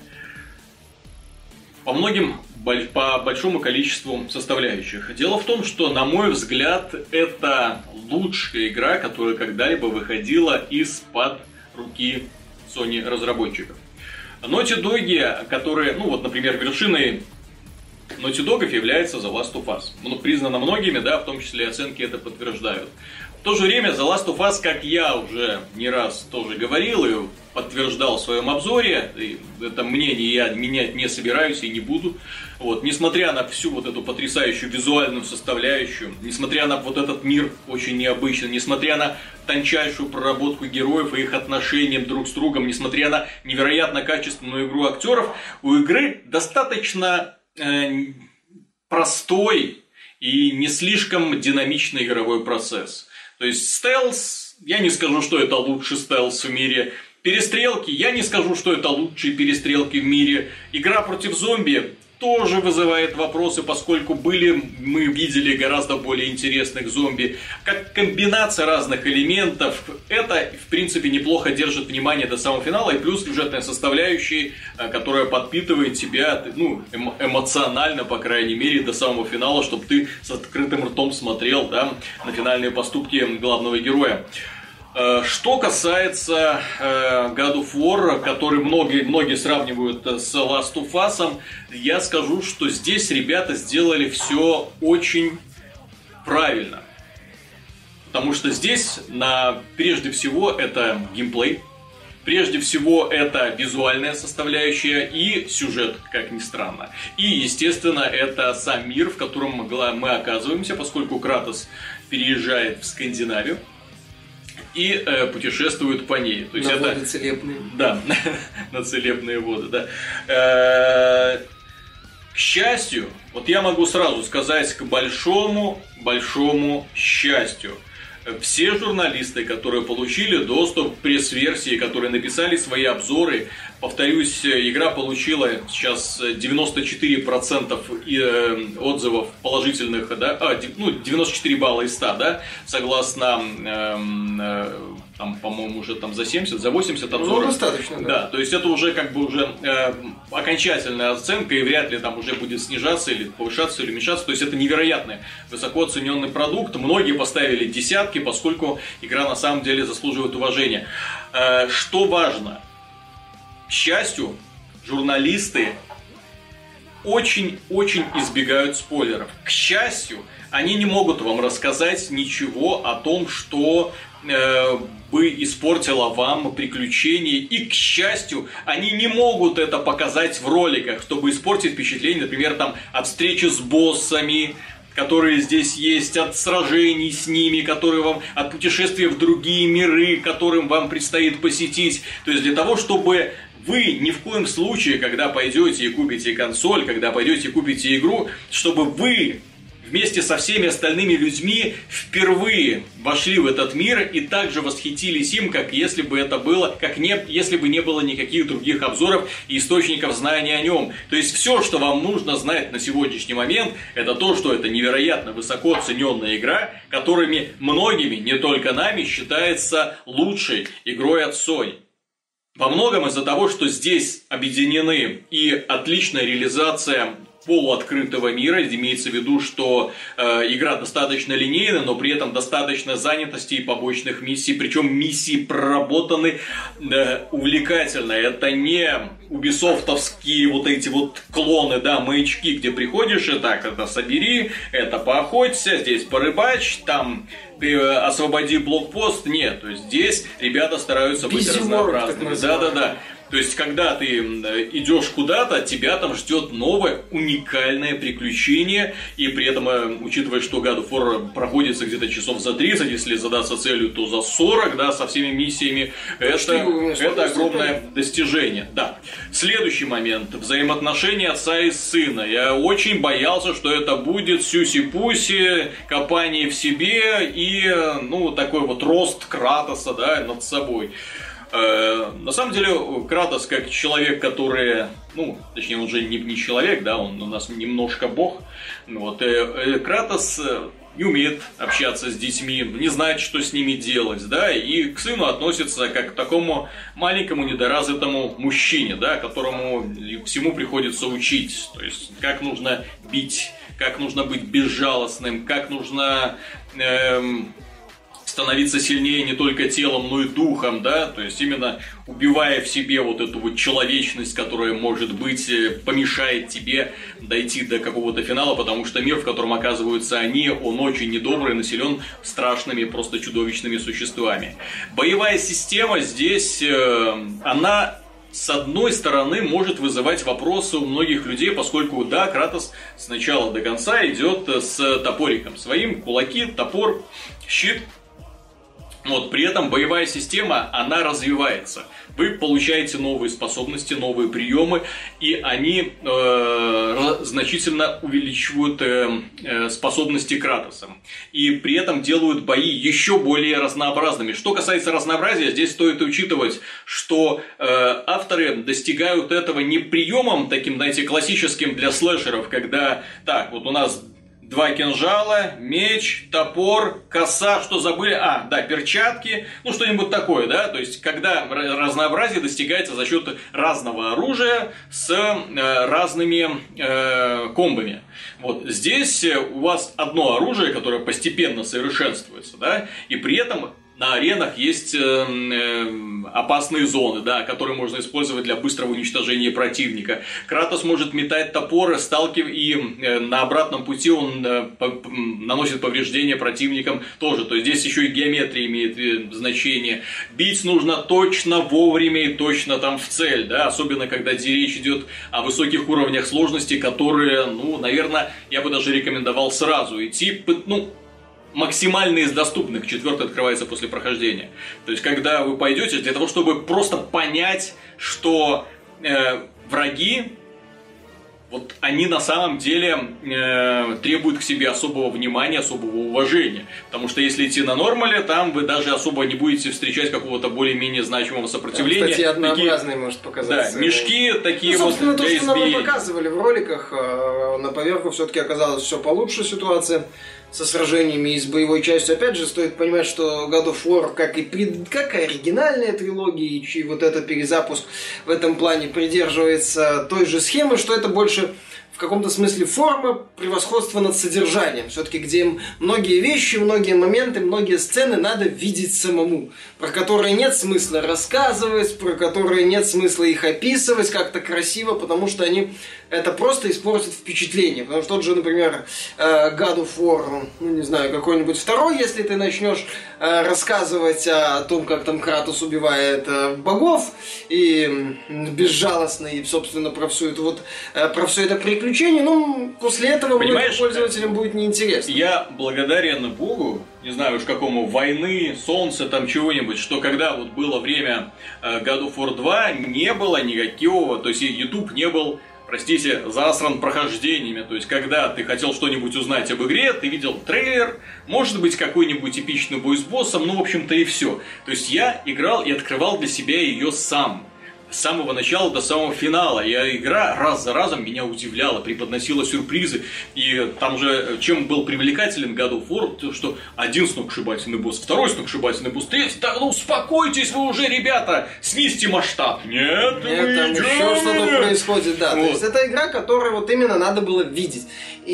по многим, по большому количеству составляющих. Дело в том, что, на мой взгляд, это лучшая игра, которая когда-либо выходила из-под руки Sony разработчиков. Naughty Dog, которые, ну вот, например, вершиной Naughty Dog является The Last of Us. Ну, признано многими, да, в том числе оценки это подтверждают. В то же время The Last of Us, как я уже не раз тоже говорил и подтверждал в своем обзоре, и это мнение я менять не собираюсь и не буду. Вот, несмотря на всю вот эту потрясающую визуальную составляющую, несмотря на вот этот мир очень необычный, несмотря на тончайшую проработку героев и их отношения друг с другом, несмотря на невероятно качественную игру актеров, у игры достаточно э, простой и не слишком динамичный игровой процесс. То есть стелс, я не скажу, что это лучший стелс в мире. Перестрелки, я не скажу, что это лучшие перестрелки в мире. Игра против зомби тоже вызывает вопросы, поскольку были, мы видели гораздо более интересных зомби. Как комбинация разных элементов, это, в принципе, неплохо держит внимание до самого финала. И плюс сюжетная составляющая, которая подпитывает тебя, ну, эмо- эмоционально, по крайней мере, до самого финала, чтобы ты с открытым ртом смотрел, да, на финальные поступки главного героя. Что касается э, God of War, который многие, многие сравнивают с Last of Us, я скажу, что здесь ребята сделали все очень правильно. Потому что здесь, на, прежде всего, это геймплей. Прежде всего, это визуальная составляющая и сюжет, как ни странно. И, естественно, это сам мир, в котором мы оказываемся, поскольку Кратос переезжает в Скандинавию и э, путешествует по ней. То есть на это... воды целебные. Да, на целебные воды, да. Э, к счастью, вот я могу сразу сказать, к большому, большому счастью, все журналисты, которые получили доступ к пресс-версии, которые написали свои обзоры, повторюсь, игра получила сейчас девяносто четыре процента отзывов положительных, да, а, ну, девяносто четыре балла из ста, да, согласно, эм, э, там, по-моему, уже там за семьдесят, за восемьдесят обзоров. Ну, достаточно, да. Да, то есть это уже как бы уже э, окончательная оценка, и вряд ли там уже будет снижаться или повышаться или уменьшаться. То есть это невероятный, высоко оцененный продукт. Многие поставили десятки, поскольку игра на самом деле заслуживает уважения. Э, что важно? К счастью, журналисты очень-очень избегают спойлеров. К счастью, они не могут вам рассказать ничего о том, что э, бы испортило вам приключения. И, к счастью, они не могут это показать в роликах, чтобы испортить впечатление, например, там, от встречи с боссами, которые здесь есть, от сражений с ними, которые вам, от путешествия в другие миры, которым вам предстоит посетить. То есть для того, чтобы вы ни в коем случае, когда пойдете и купите консоль, когда пойдете и купите игру, чтобы вы вместе со всеми остальными людьми впервые вошли в этот мир и также восхитились им, как если бы это было, как не, если бы не было никаких других обзоров и источников знания о нем. То есть все, что вам нужно знать на сегодняшний момент, это то, что это невероятно высоко оцененная игра, которыми многими, не только нами, считается лучшей игрой от Sony. Во многом из-за того, что здесь объединены и отличная реализация полуоткрытого мира, имеется в виду, что э, игра достаточно линейная, но при этом достаточно занятости и побочных миссий, причем миссии проработаны э, увлекательно. Это не убисофтовские вот эти вот клоны, да, маячки, где приходишь и так, это собери, это поохоться, здесь порыбачь, там ты освободи блокпост. Нет, то есть здесь ребята стараются быть разнообразными. Да-да-да. То есть, когда ты идешь куда-то, тебя там ждет новое, уникальное приключение. И при этом, учитывая, что God of War проходится где-то часов за тридцать, если задаться целью, то за сорок, да, со всеми миссиями, это, это огромное достижение. Да. Следующий момент. Взаимоотношения отца и сына. Я очень боялся, что это будет сюси-пуси, копание в себе и, ну, такой вот рост Кратоса, да, над собой. На самом деле, Кратос, как человек, который, ну, точнее, он же не, не человек, да, он у нас немножко бог, вот, Кратос не умеет общаться с детьми, не знает, что с ними делать, да, и к сыну относится как к такому маленькому недоразвитому мужчине, да, которому всему приходится учить, то есть, как нужно бить, как нужно быть безжалостным, как нужно эм, становиться сильнее не только телом, но и духом, да, то есть именно убивая в себе вот эту вот человечность, которая, может быть, помешает тебе дойти до какого-то финала, потому что мир, в котором оказываются они, он очень недобрый, населен страшными, просто чудовищными существами. Боевая система здесь, она, с одной стороны, может вызывать вопросы у многих людей, поскольку, да, Кратос с начала до конца идет с топориком своим, кулаки, топор, щит. Вот, при этом боевая система, она развивается. Вы получаете новые способности, новые приемы, и они э, значительно увеличивают э, э, способности Кратоса. И при этом делают бои еще более разнообразными. Что касается разнообразия, здесь стоит учитывать, что э, авторы достигают этого не приемом таким, знаете, классическим для слэшеров, когда, так, вот у нас два кинжала, меч, топор, коса, что забыли? А, да, перчатки, ну что-нибудь такое, да? То есть, когда разнообразие достигается за счет разного оружия с э, разными э, комбами. Вот здесь у вас одно оружие, которое постепенно совершенствуется, да? И при этом на аренах есть э, э, опасные зоны, да, которые можно использовать для быстрого уничтожения противника. Кратос может метать топоры, сталкив... и э, на обратном пути он э, по... наносит повреждения противникам тоже. То есть здесь еще и геометрия имеет э, значение. Бить нужно точно, вовремя и точно там в цель, да, особенно когда речь идет о высоких уровнях сложности, которые, ну, наверное, я бы даже рекомендовал сразу идти, ну, максимально из доступных, четвертый открывается после прохождения. То есть, когда вы пойдете, для того, чтобы просто понять, что э, враги, вот они на самом деле э, требуют к себе особого внимания, особого уважения. Потому что если идти на нормале, там вы даже особо не будете встречать какого-то более-менее значимого сопротивления. Там, кстати, однообразные такие, может показаться. Да, мешки такие ну, вот собственно, для то, что нам и избиения. показывали в роликах, на поверку все-таки оказалось все получше ситуация со сражениями и с боевой частью. Опять же, стоит понимать, что God of War, как и, пред... как и оригинальная трилогия, и вот этот перезапуск в этом плане придерживается той же схемы, что это больше в каком-то смысле форма превосходства над содержанием. Все-таки, где многие вещи, многие моменты, многие сцены надо видеть самому, про которые нет смысла рассказывать, про которые нет смысла их описывать как-то красиво, потому что они это просто испортит впечатление. Потому что тот же, например, God of War, ну не знаю, какой-нибудь второй, если ты начнешь рассказывать о том, как там Кратос убивает богов и безжалостно, и, собственно, про всю эту вот, про все это приключение, ну, после этого многим пользователям будет неинтересно. Я благодарен Богу, не знаю уж какому, войны, солнца, там чего-нибудь, что когда вот было время God of War два, не было никакого, то есть YouTube не был, простите, засран прохождениями. То есть, когда ты хотел что-нибудь узнать об игре, ты видел трейлер, может быть, какой-нибудь эпичный бой с боссом, ну, в общем-то, и все. То есть, я играл и открывал для себя ее сам. С самого начала до самого финала. И игра раз за разом меня удивляла, преподносила сюрпризы. И там же, чем был привлекателен God of War, то, что один сногсшибательный босс, второй сногсшибательный босс, третий, да ну успокойтесь вы уже, ребята, снизьте масштаб. Нет, Нет, там еще что-то происходит, да. Вот. То есть, это игра, которую вот именно надо было видеть.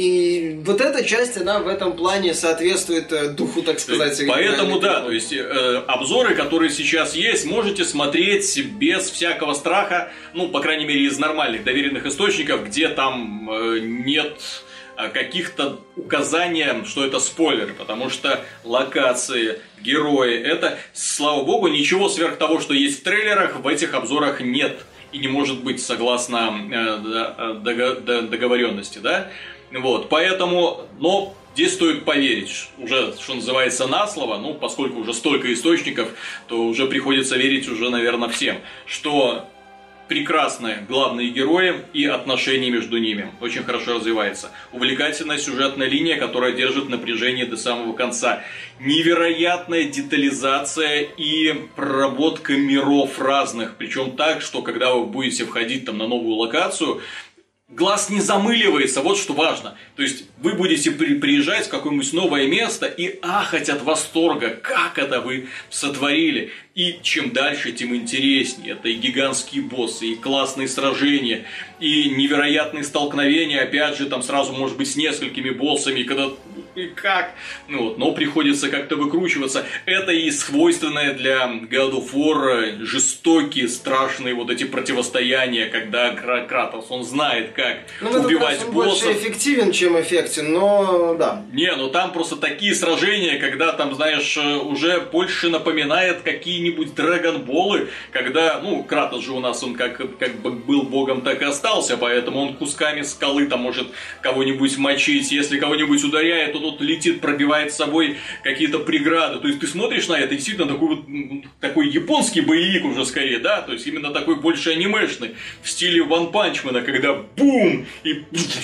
И вот эта часть, она в этом плане соответствует духу, так сказать. Поэтому, да, то есть, э, обзоры, которые сейчас есть, можете смотреть без всякого страха, ну, по крайней мере, из нормальных доверенных источников, где там э, нет каких-то указаний, что это спойлеры, потому что локации, герои, это, слава богу, ничего сверх того, что есть в трейлерах, в этих обзорах нет и не может быть согласно э, договоренности, да? Вот, поэтому, но здесь стоит поверить, уже, что называется, на слово, ну, поскольку уже столько источников, то уже приходится верить уже, наверное, всем, что прекрасные главные герои и отношения между ними очень хорошо развивается. Увлекательная сюжетная линия, которая держит напряжение до самого конца. Невероятная детализация и проработка миров разных, причем так, что когда вы будете входить там на новую локацию, глаз не замыливается, вот что важно. То есть, вы будете при- приезжать в какое-нибудь новое место и ахать от восторга, как это вы сотворили. И чем дальше, тем интереснее. Это и гигантские боссы, и классные сражения, и невероятные столкновения, опять же, там сразу, может быть, с несколькими боссами, когда... И как? Ну, вот, но приходится как-то выкручиваться. Это и свойственное для God of War жестокие, страшные вот эти противостояния, когда Кратос, он знает, как ну, убивать он боссов. больше эффективен, чем эффектен, но да. Не, ну там просто такие сражения, когда там, знаешь, уже больше напоминает какие-нибудь драгонболы, когда, ну, Кратос же у нас, он как, как бы был богом, так и остался, поэтому он кусками скалы там может кого-нибудь мочить, если кого-нибудь ударяет, то тут летит, пробивает с собой какие-то преграды. То есть, ты смотришь на это, действительно, такой вот такой японский боевик уже скорее, да, то есть, именно такой больше анимешный, в стиле Ван Панчмена, когда бум! И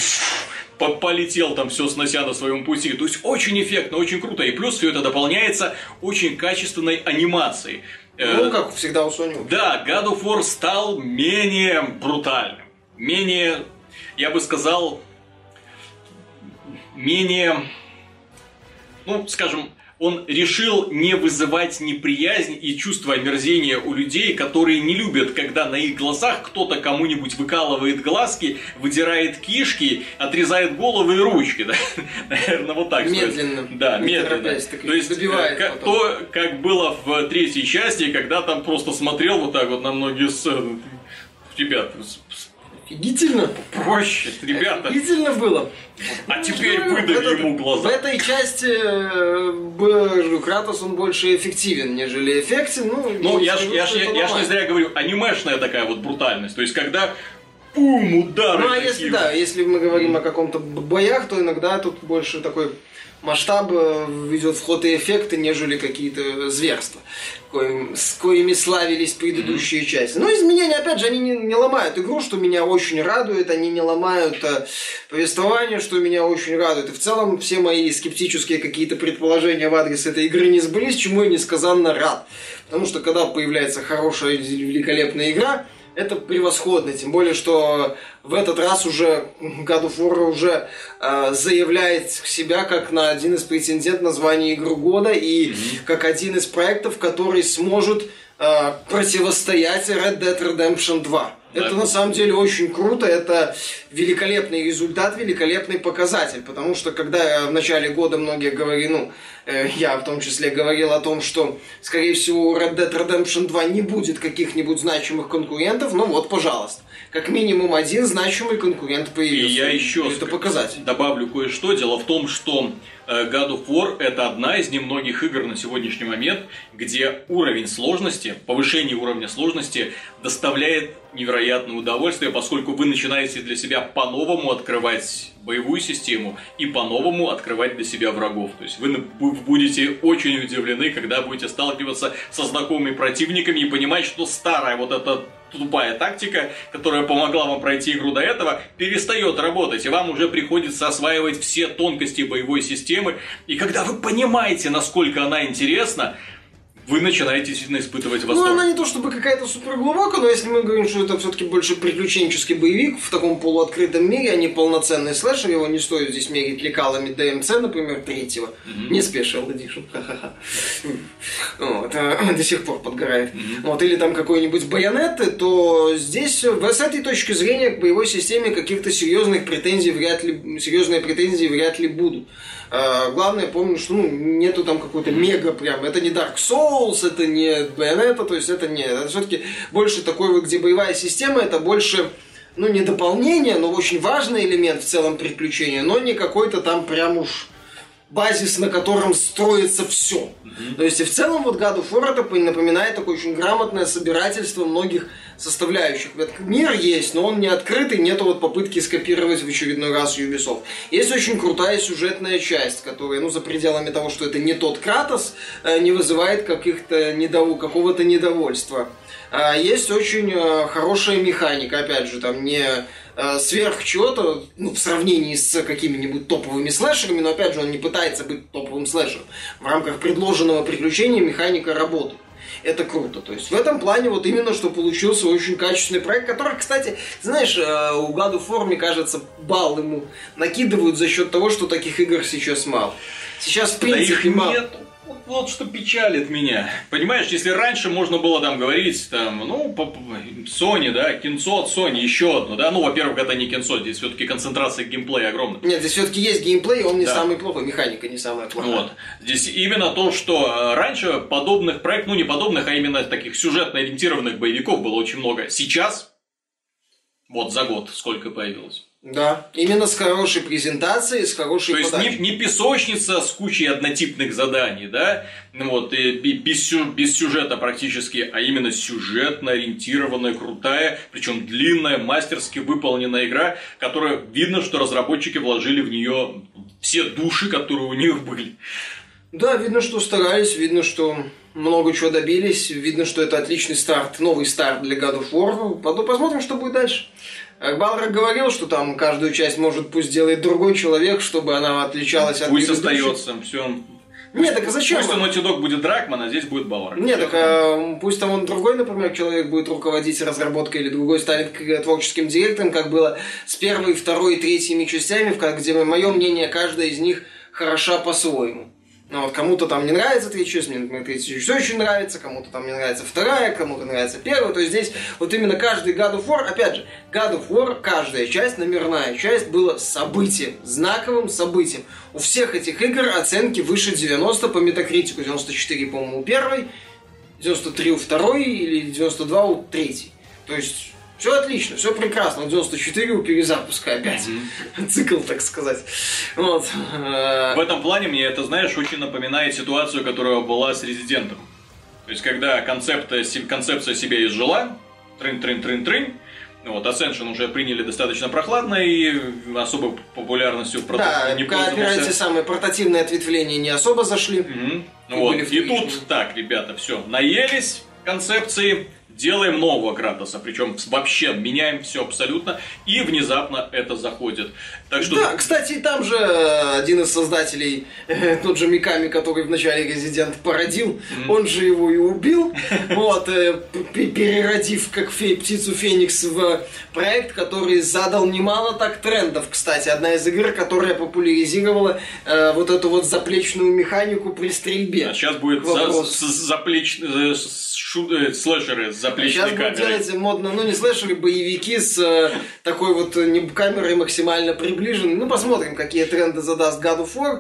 полетел там все снося на своем пути. То есть, очень эффектно, очень круто. И плюс все это дополняется очень качественной анимацией. Ну, как всегда у Sony. Да, God of War стал менее брутальным. Менее, я бы сказал, менее... Ну, скажем, он решил не вызывать неприязнь и чувство омерзения у людей, которые не любят, когда на их глазах кто-то кому-нибудь выкалывает глазки, выдирает кишки, отрезает головы и ручки. Да? Наверное, вот так. Медленно. Сказать. Да, медленно. То есть, как, то, как было в третьей части, когда там просто смотрел вот так вот на многие сцены. Ребята, офигительно. Проще, ребята. Офигительно было. А теперь выдави ему глаза. В этой части э, Кратос, он больше эффективен, нежели эффектен. Ну, ну я, скажу, я, я, я ж не зря говорю, анимешная такая вот брутальность. То есть, когда пум, удары. Ну, а такие. Если, да, если мы говорим о каком-то боях, то иногда тут больше такой масштаб ведет в ход и эффекты, нежели какие-то зверства, коим, с коими славились предыдущие mm-hmm. части. Но изменения, опять же, они не, не ломают игру, что меня очень радует, они не ломают а, повествование, что меня очень радует. И в целом все мои скептические какие-то предположения в адрес этой игры не сбылись, чему я несказанно рад. Потому что когда появляется хорошая, великолепная игра, это превосходно, тем более, что в этот раз уже God of War уже э, заявляет себя как на один из претендентов на звание Игру года и mm-hmm. как один из проектов, который сможет э, противостоять Red Dead Redemption два. Это на самом деле очень круто, это великолепный результат, великолепный показатель, потому что когда в начале года многие говорили, ну, э, я в том числе говорил о том, что, скорее всего, у Red Dead Redemption два не будет каких-нибудь значимых конкурентов, ну вот, пожалуйста, как минимум один значимый конкурент появился. И я еще это показатель. Добавлю кое-что. Дело в том, что God of War — это одна из немногих игр на сегодняшний момент, где уровень сложности, повышение уровня сложности доставляет невероятное удовольствие, поскольку вы начинаете для себя по-новому открывать боевую систему и по-новому открывать для себя врагов. То есть вы будете очень удивлены, когда будете сталкиваться со знакомыми противниками и понимать, что старая вот эта тупая тактика, которая помогла вам пройти игру до этого, перестает работать, и вам уже приходится осваивать все тонкости боевой системы. И когда вы понимаете, насколько она интересна, вы начинаете действительно испытывать восторг. Ну, она не то чтобы какая-то супер глубокая, но если мы говорим, что это все-таки больше приключенческий боевик в таком полуоткрытом мире, а не полноценный слэшер, его не стоит здесь мерить лекалами ди эм си, например, третьего. Mm-hmm. Не Special Edition. Ха-ха-ха. Вот, а, до сих пор подгорает. Mm-hmm. Вот, или там какой-нибудь Байонетты, то здесь с этой точки зрения к боевой системе каких-то серьезных претензий вряд ли, серьезные претензии вряд ли будут. Uh, главное, помню, что ну, нету там какой-то мега прям. Это не Dark Souls, это не Bayonetta, то есть это не... Это все-таки больше такой вот, где боевая система, это больше, ну, не дополнение, но очень важный элемент в целом приключения, но не какой-то там прям уж базис, на котором строится все. Mm-hmm. То есть и в целом вот God of War это напоминает такое очень грамотное собирательство многих составляющих. Мир есть, но он не открытый, нету вот попытки скопировать в очередной раз Ubisoft. Есть очень крутая сюжетная часть, которая, ну, за пределами того, что это не тот Кратос, не вызывает каких-то недов... какого-то недовольства. Есть очень хорошая механика, опять же, там не сверх чего-то, ну, в сравнении с какими-нибудь топовыми слэшерами, но опять же он не пытается быть топовым слэшером. В рамках предложенного приключения механика работает. Это круто. То есть в этом плане вот именно что получился очень качественный проект, который, кстати, знаешь, у God of War, мне кажется, балл ему накидывают за счет того, что таких игр сейчас мало. Сейчас в принципе да мало. Нету. Вот, вот что печалит меня. Понимаешь, если раньше можно было там говорить, там, ну, Sony, да, кинцо от Sony, еще одно, да, ну, во-первых, это не кинцо, здесь все-таки концентрация геймплея огромная. Нет, здесь все-таки есть геймплей, он не да. самый плохой, механика не самая плохая. Вот. Здесь именно то, что раньше подобных проектов, ну, не подобных, а именно таких сюжетно-ориентированных боевиков было очень много. Сейчас, вот за год сколько появилось. Да, именно с хорошей презентацией, с хорошей подачей. То есть не, не песочница с кучей однотипных заданий, да, вот, и без, без сюжета практически, а именно сюжетно ориентированная, крутая, причем длинная, мастерски выполненная игра, которая видно, что разработчики вложили в нее все души, которые у них были. Да, видно, что старались, видно, что много чего добились, видно, что это отличный старт, новый старт для God of War. Посмотрим, что будет дальше. Балрог говорил, что там каждую часть может пусть делает другой человек, чтобы она отличалась от предыдущих. Пусть остается, все. Нет, так а зачем? Пусть у Naughty Dog будет Дракман, а здесь будет Балрог. Нет, так а, пусть там он другой, например, человек будет руководить разработкой, или другой станет творческим директором, как было с первой, второй и третьими частями, где, мое мнение, каждая из них хороша по-своему. Ну, вот кому-то там не нравится третья часть, мне третья часть все очень нравится, кому-то там не нравится вторая, кому-то нравится первая. То есть здесь вот именно каждый God of War, опять же, God of War, каждая часть, номерная часть, была событием, знаковым событием. У всех этих игр оценки выше девяноста по Метакритику, девяносто четыре, по-моему, у первой, девяносто три у второй или девяносто два у третьей. То есть все отлично, все прекрасно. девяносто четыре у перезапуска опять. Mm-hmm. Цикл, так сказать. Вот. В этом плане мне это, знаешь, очень напоминает ситуацию, которая была с Резидентом. То есть, когда концепция, концепция себя изжила, трын-трын-трын-трын, вот, Ascension уже приняли достаточно прохладно и особо популярностью в продаже да, не пользовался. Да, эти самые портативные ответвления не особо зашли. Mm-hmm. И, вот. И тут так, ребята, все, наелись концепции, делаем нового Кратоса, причем вообще меняем все абсолютно, и внезапно это заходит. Так что... Да, кстати, там же один из создателей, э, тот же Миками, который в начале Резидент породил, mm-hmm. он же его и убил, вот, э, переродив как фей, птицу Феникс в проект, который задал немало так трендов, кстати. Одна из игр, которая популяризировала э, вот эту вот заплечную механику при стрельбе. А сейчас будет за, заплеч... шу... слэшеры с заплечной сейчас камерой. Сейчас будут делать модно, ну не слэшеры, боевики с э, такой вот не, камерой максимально приближенной. Ну посмотрим, какие тренды задаст God of War.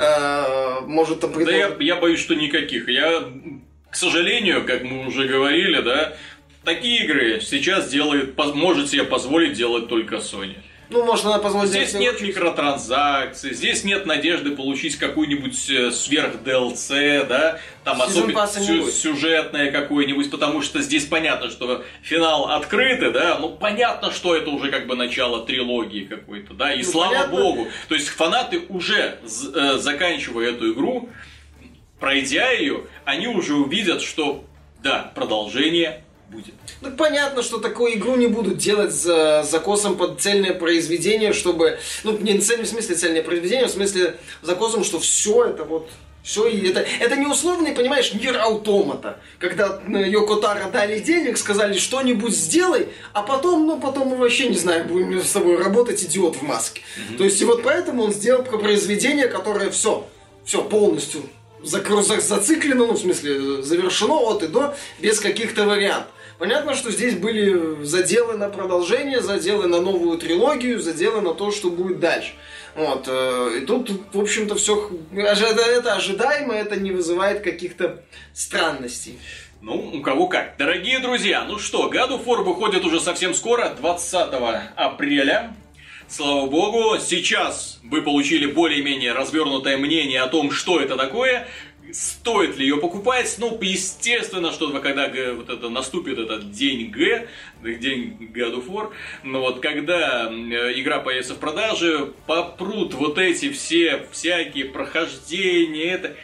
Э, может там предложить... Да я, я боюсь, что никаких. Я, к сожалению, как мы уже говорили, да, такие игры сейчас делает, может себе позволить делать только Sony. Ну, может, она позволит... Здесь нет микротранзакций, здесь нет надежды получить какую-нибудь сверх-ди эл си, да, там особенно сю- сюжетное какое-нибудь, потому что здесь понятно, что финал открытый, да, ну, понятно, что это уже как бы начало трилогии какой-то, да, и ну, слава понятно. Богу. То есть фанаты уже, э, заканчивая эту игру, пройдя ее, они уже увидят, что, да, продолжение будет. Ну, понятно, что такую игру не будут делать за закосом под цельное произведение, чтобы... Ну, не в смысле цельное произведение, в смысле закосом, что все это вот... Все, это, это не условный, понимаешь, Нир Автомата. Когда Йоко Таро дали денег, сказали, что-нибудь сделай, а потом, ну, потом мы вообще не знаем, будем с тобой работать, идиот в маске. Mm-hmm. То есть, и вот поэтому он сделал произведение, которое все, все полностью зациклено, ну, в смысле, завершено от и до, без каких-то вариантов. Понятно, что здесь были заделы на продолжение, заделы на новую трилогию, заделы на то, что будет дальше. Вот. И тут, в общем-то, все это ожидаемо, это не вызывает каких-то странностей. Ну, у кого как. Дорогие друзья, ну что, God of War выходит уже совсем скоро, двадцатого апреля. Слава богу, сейчас вы получили более-менее развернутое мнение о том, что это такое. Стоит ли ее покупать? Ну, естественно, что когда вот это наступит этот день Г, день God of War, ну вот, когда игра появится в продаже, попрут вот эти все всякие прохождения, это...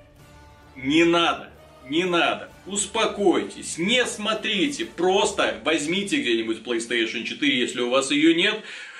Не надо, не надо. Успокойтесь, не смотрите, просто возьмите где-нибудь PlayStation четыре, если у вас ее нет.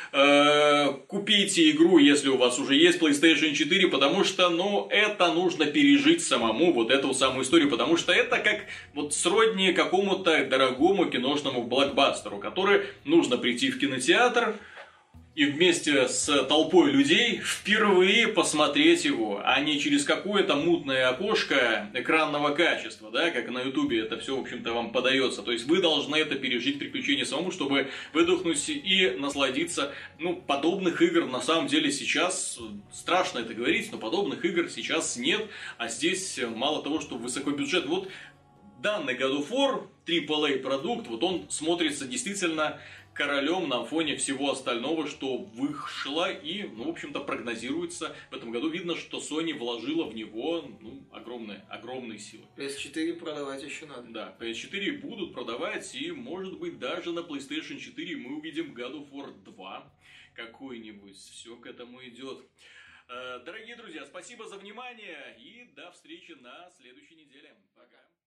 Купите игру, если у вас уже есть PlayStation четыре, потому что, ну, это нужно пережить самому, вот эту самую историю, потому что это как вот сродни какому-то дорогому киношному блокбастеру, который нужно прийти в кинотеатр и вместе с толпой людей впервые посмотреть его, а не через какое-то мутное окошко экранного качества, да, как на Ютубе это все, в общем-то, вам подается. То есть вы должны это пережить приключение самому, чтобы выдохнуть и насладиться. Ну, подобных игр на самом деле сейчас, страшно это говорить, но подобных игр сейчас нет, а здесь мало того, что высокий бюджет. Вот данный God of War, трипл эй продукт, вот он смотрится действительно королем на фоне всего остального, что вышло, и, ну, в общем-то, прогнозируется. В этом году видно, что Sony вложила в него, ну, огромные, огромные силы. пи эс четыре продавать еще надо. Да, пи эс четыре будут продавать, и, может быть, даже на PlayStation четыре мы увидим God of War два какой-нибудь. Все к этому идет. Дорогие друзья, спасибо за внимание, и до встречи на следующей неделе. Пока.